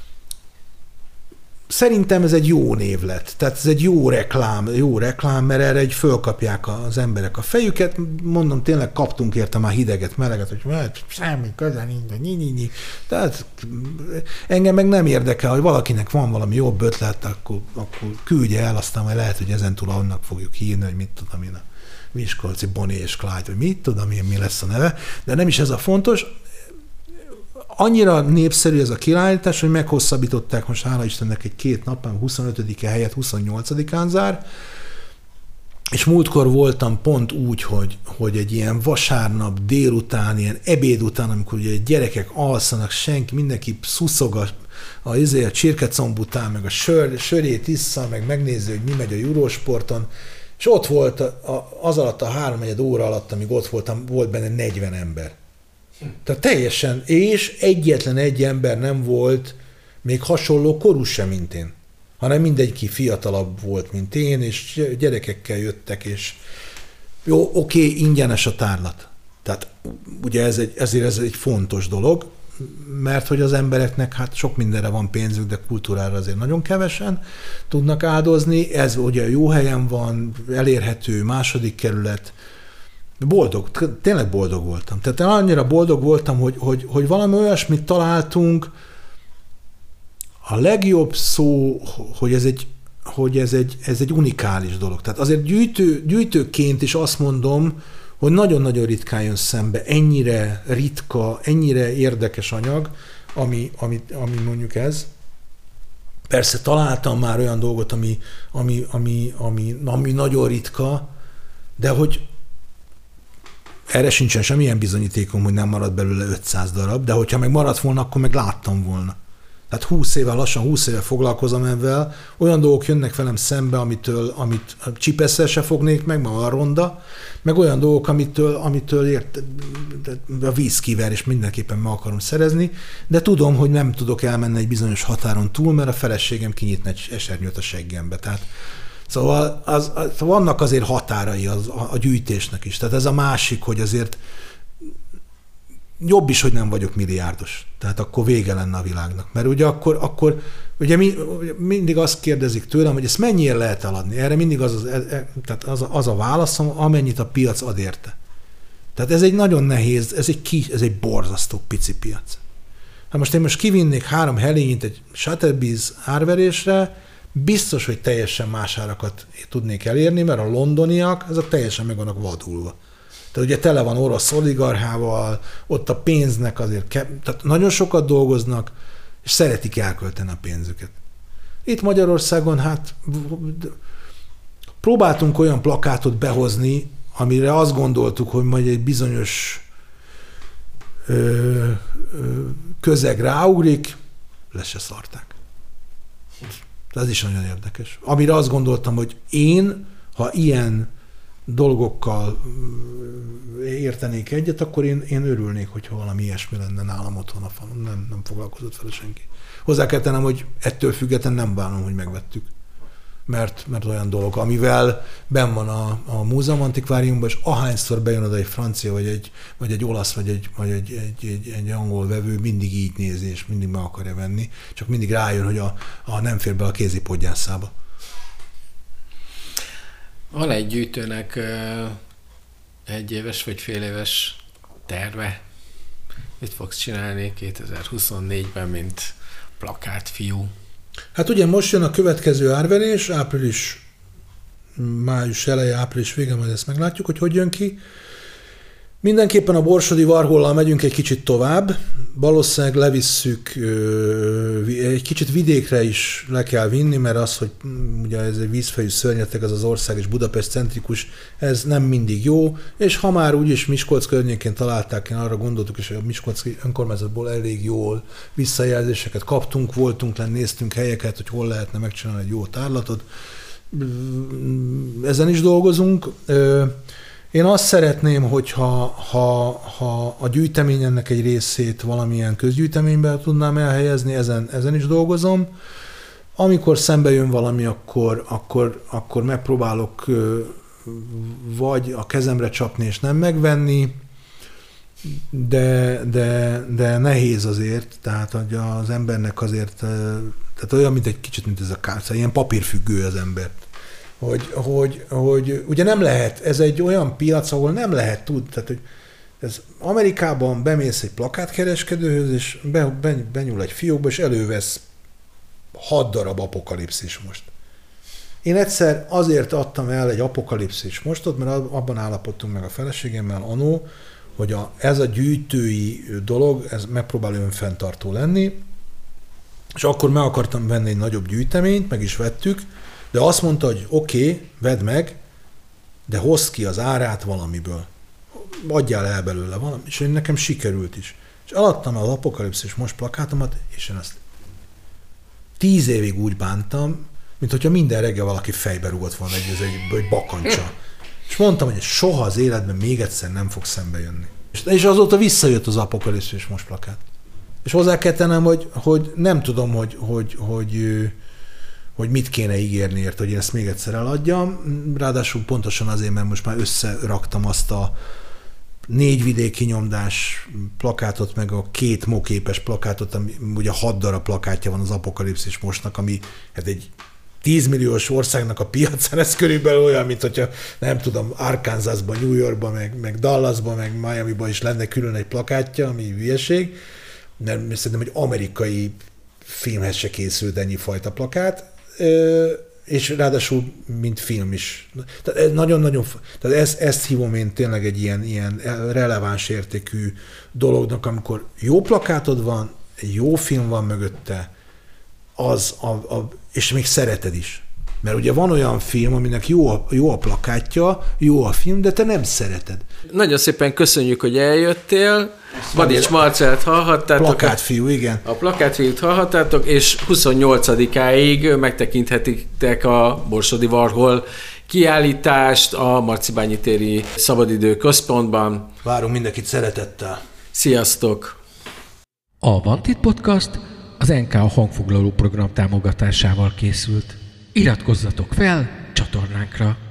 Szerintem ez egy jó név lett, tehát ez egy jó reklám, mert erre egy fölkapják az emberek a fejüket, mondom, tényleg kaptunk érte már hideget, meleget, hogy semmi köze nincs, tehát engem meg nem érdekel, hogy valakinek van valami jobb ötlet, akkor küldje el, aztán majd lehet, hogy ezentúl annak fogjuk hívni, hogy mit tudom én, a Miskolci Bonnie és Clyde, vagy mit tudom én, mi lesz a neve, de nem is ez a fontos. Annyira népszerű ez a kiállítás, hogy meghosszabbították most hála Istennek egy 2 napon, 25-e helyett 28-án zár, és múltkor voltam pont úgy, hogy egy ilyen vasárnap délután, ilyen ebéd után, amikor ugye gyerekek alszanak, senki, mindenki szuszog a csirkecomb után, meg a sörét issza, meg megnézi, hogy mi megy a Eurosporton, és ott volt az alatt a 3-4 óra alatt, amíg ott voltam, volt benne 40 ember. Tehát teljesen, és egyetlen egy ember nem volt még hasonló korú sem, mint én, hanem mindegyik fiatalabb volt, mint én, és gyerekekkel jöttek, és jó, oké, ingyenes a tárlat. Tehát ugye ezért ez egy fontos dolog, mert hogy az embereknek hát sok mindenre van pénzük, de kultúrára azért nagyon kevesen tudnak áldozni. Ez ugye jó helyen van, elérhető, 2. kerület, tényleg boldog voltam. Tehát annyira boldog voltam, hogy valami olyasmit találtunk. A legjobb szó, hogy ez egy unikális dolog. Tehát azért gyűjtőként is azt mondom, hogy nagyon-nagyon ritkán jön szembe ennyire ritka, ennyire érdekes anyag, ami mondjuk ez. Persze találtam már olyan dolgot, ami nagyon ritka, de hogy erre sincsen semmilyen bizonyítékom, hogy nem marad belőle 500 darab, de hogyha meg maradt volna, akkor meg láttam volna. Tehát 20 éve foglalkozom ebben, olyan dolgok jönnek velem szembe, amit csipesszel se fognék meg, ma a ronda, meg olyan dolgok, amitől a víz kiver, és mindenképpen meg akarom szerezni, de tudom, hogy nem tudok elmenni egy bizonyos határon túl, mert a feleségem kinyitna egy esernyőt a seggembe. Tehát szóval vannak azért határai a gyűjtésnek is. Tehát ez a másik, hogy azért jobb is, hogy nem vagyok milliárdos. Tehát akkor vége lenne a világnak. Mert ugye akkor ugye mindig azt kérdezik tőlem, hogy ezt mennyire lehet eladni. Erre mindig az a válaszom, amennyit a piac ad érte. Tehát ez egy nagyon nehéz, ez egy borzasztó pici piac. Ha most én kivinnék 3 helényit egy Sotheby's árverésre, biztos, hogy teljesen más árakat tudnék elérni, mert a londoniak, azok teljesen meg vannak vadulva. Tehát ugye tele van orosz oligarchával, ott a pénznek azért, tehát nagyon sokat dolgoznak, és szeretik elkölteni a pénzüket. Itt Magyarországon hát próbáltunk olyan plakátot behozni, amire azt gondoltuk, hogy majd egy bizonyos közeg ráugrik, le se szarták. Ez is nagyon érdekes. Amire azt gondoltam, hogy én, ha ilyen dolgokkal értenék egyet, akkor én örülnék, hogyha valami ilyesmi lenne nálam otthon a falon. Nem foglalkozott vele senki. Hozzá kell tennem, hogy ettől függetlenül nem bánom, hogy megvettük. Mert olyan dolog, amivel benn van a múzeum antikváriumban, és ahányszor bejön oda egy francia, vagy egy olasz, vagy egy angol vevő, mindig így nézi, és mindig meg akarja venni, csak mindig rájön, hogy nem fér be a kézipodgyászába.
Van egy gyűjtőnek egy éves vagy fél éves terve. Mit fogsz csinálni 2024-ben, mint plakátfiú?
Hát ugye most jön a következő árverés, május eleje, április vége, majd ezt meglátjuk, hogy jön ki. Mindenképpen a Borsodi Warhollal megyünk egy kicsit tovább, valószínűleg levisszük, egy kicsit vidékre is le kell vinni, mert az, hogy ugye ez egy vízfejű szörnyeteg, az ország és Budapest centrikus, ez nem mindig jó, és ha már úgyis Miskolc környékén találták, én arra gondoltuk, és a Miskolci önkormányzatból elég jól visszajelzéseket kaptunk, voltunk lenn, néztünk helyeket, hogy hol lehetne megcsinálni egy jó tárlatot. Ezen is dolgozunk. Én azt szeretném, hogyha a gyűjtemény ennek egy részét valamilyen közgyűjteménybe tudnám elhelyezni, ezen is dolgozom. Amikor szembe jön valami, akkor megpróbálok vagy a kezemre csapni és nem megvenni, de nehéz azért, tehát az embernek azért, tehát olyan, mint egy kicsit, mint ez a kártya, ilyen papírfüggő az ember. Hogy ugye nem lehet, ez egy olyan piac, ahol nem lehet tudni, tehát hogy ez Amerikában bemész egy plakátkereskedőhöz, és benyúl egy fiókba, és elővesz 6 darab Apokalipszis most. Én egyszer azért adtam el egy Apokalipszis mostot, mert abban állapodtunk meg a feleségemmel annó, hogy ez a gyűjtői dolog, ez megpróbál önfenntartó lenni, és akkor meg akartam venni egy nagyobb gyűjteményt, meg is vettük, de azt mondta, hogy oké, vedd meg, de hozd ki az árát valamiből. Adjál el belőle valami. És én nekem sikerült is. És eladtam az Apokalipszis most plakátomat, és én ezt 10 évig úgy bántam, mint hogyha minden reggel valaki fejbe rúgott volna egy bakancsa. És mondtam, hogy soha az életben még egyszer nem fog szembe jönni. És azóta visszajött az Apokalipszis most plakát. És hozzá kell tennem, hogy nem tudom, hogy mit kéne ígérni ért, hogy én ezt még egyszer eladjam. Ráadásul pontosan azért, mert most már összeraktam azt a 4 vidéki nyomdás plakátot, meg a 2 móképes plakátot, ami ugye 6 darab plakátja van az Apokalipszis mostnak, ami hát egy 10 milliós országnak a piacán, ez körülbelül olyan, mint hogyha nem tudom, Arkansasban, New Yorkban, meg Dallasban, meg Miamiban is lenne külön egy plakátja, ami hülyeség, mert szerintem egy amerikai filmhez se készült ennyi fajta plakát, és ráadásul mint film is. Tehát nagyon-nagyon, tehát ezt hívom én tényleg egy ilyen releváns értékű dolognak, amikor jó plakátod van, egy jó film van mögötte, és még szereted is. Mert ugye van olyan film, aminek jó a plakátja, jó a film, de te nem szereted.
Nagyon szépen köszönjük, hogy eljöttél. Badics Marcellt hallhattátok.
Plakátfiú, igen.
A Plakátfiút hallhattátok, és 28-áig megtekinthetitek a Borsodi Warhol kiállítást a Marcibányi téri Szabadidő Központban.
Várunk mindenkit szeretettel.
Sziasztok!
A Vantit Podcast az NK hangfoglaló program támogatásával készült. Iratkozzatok fel csatornánkra!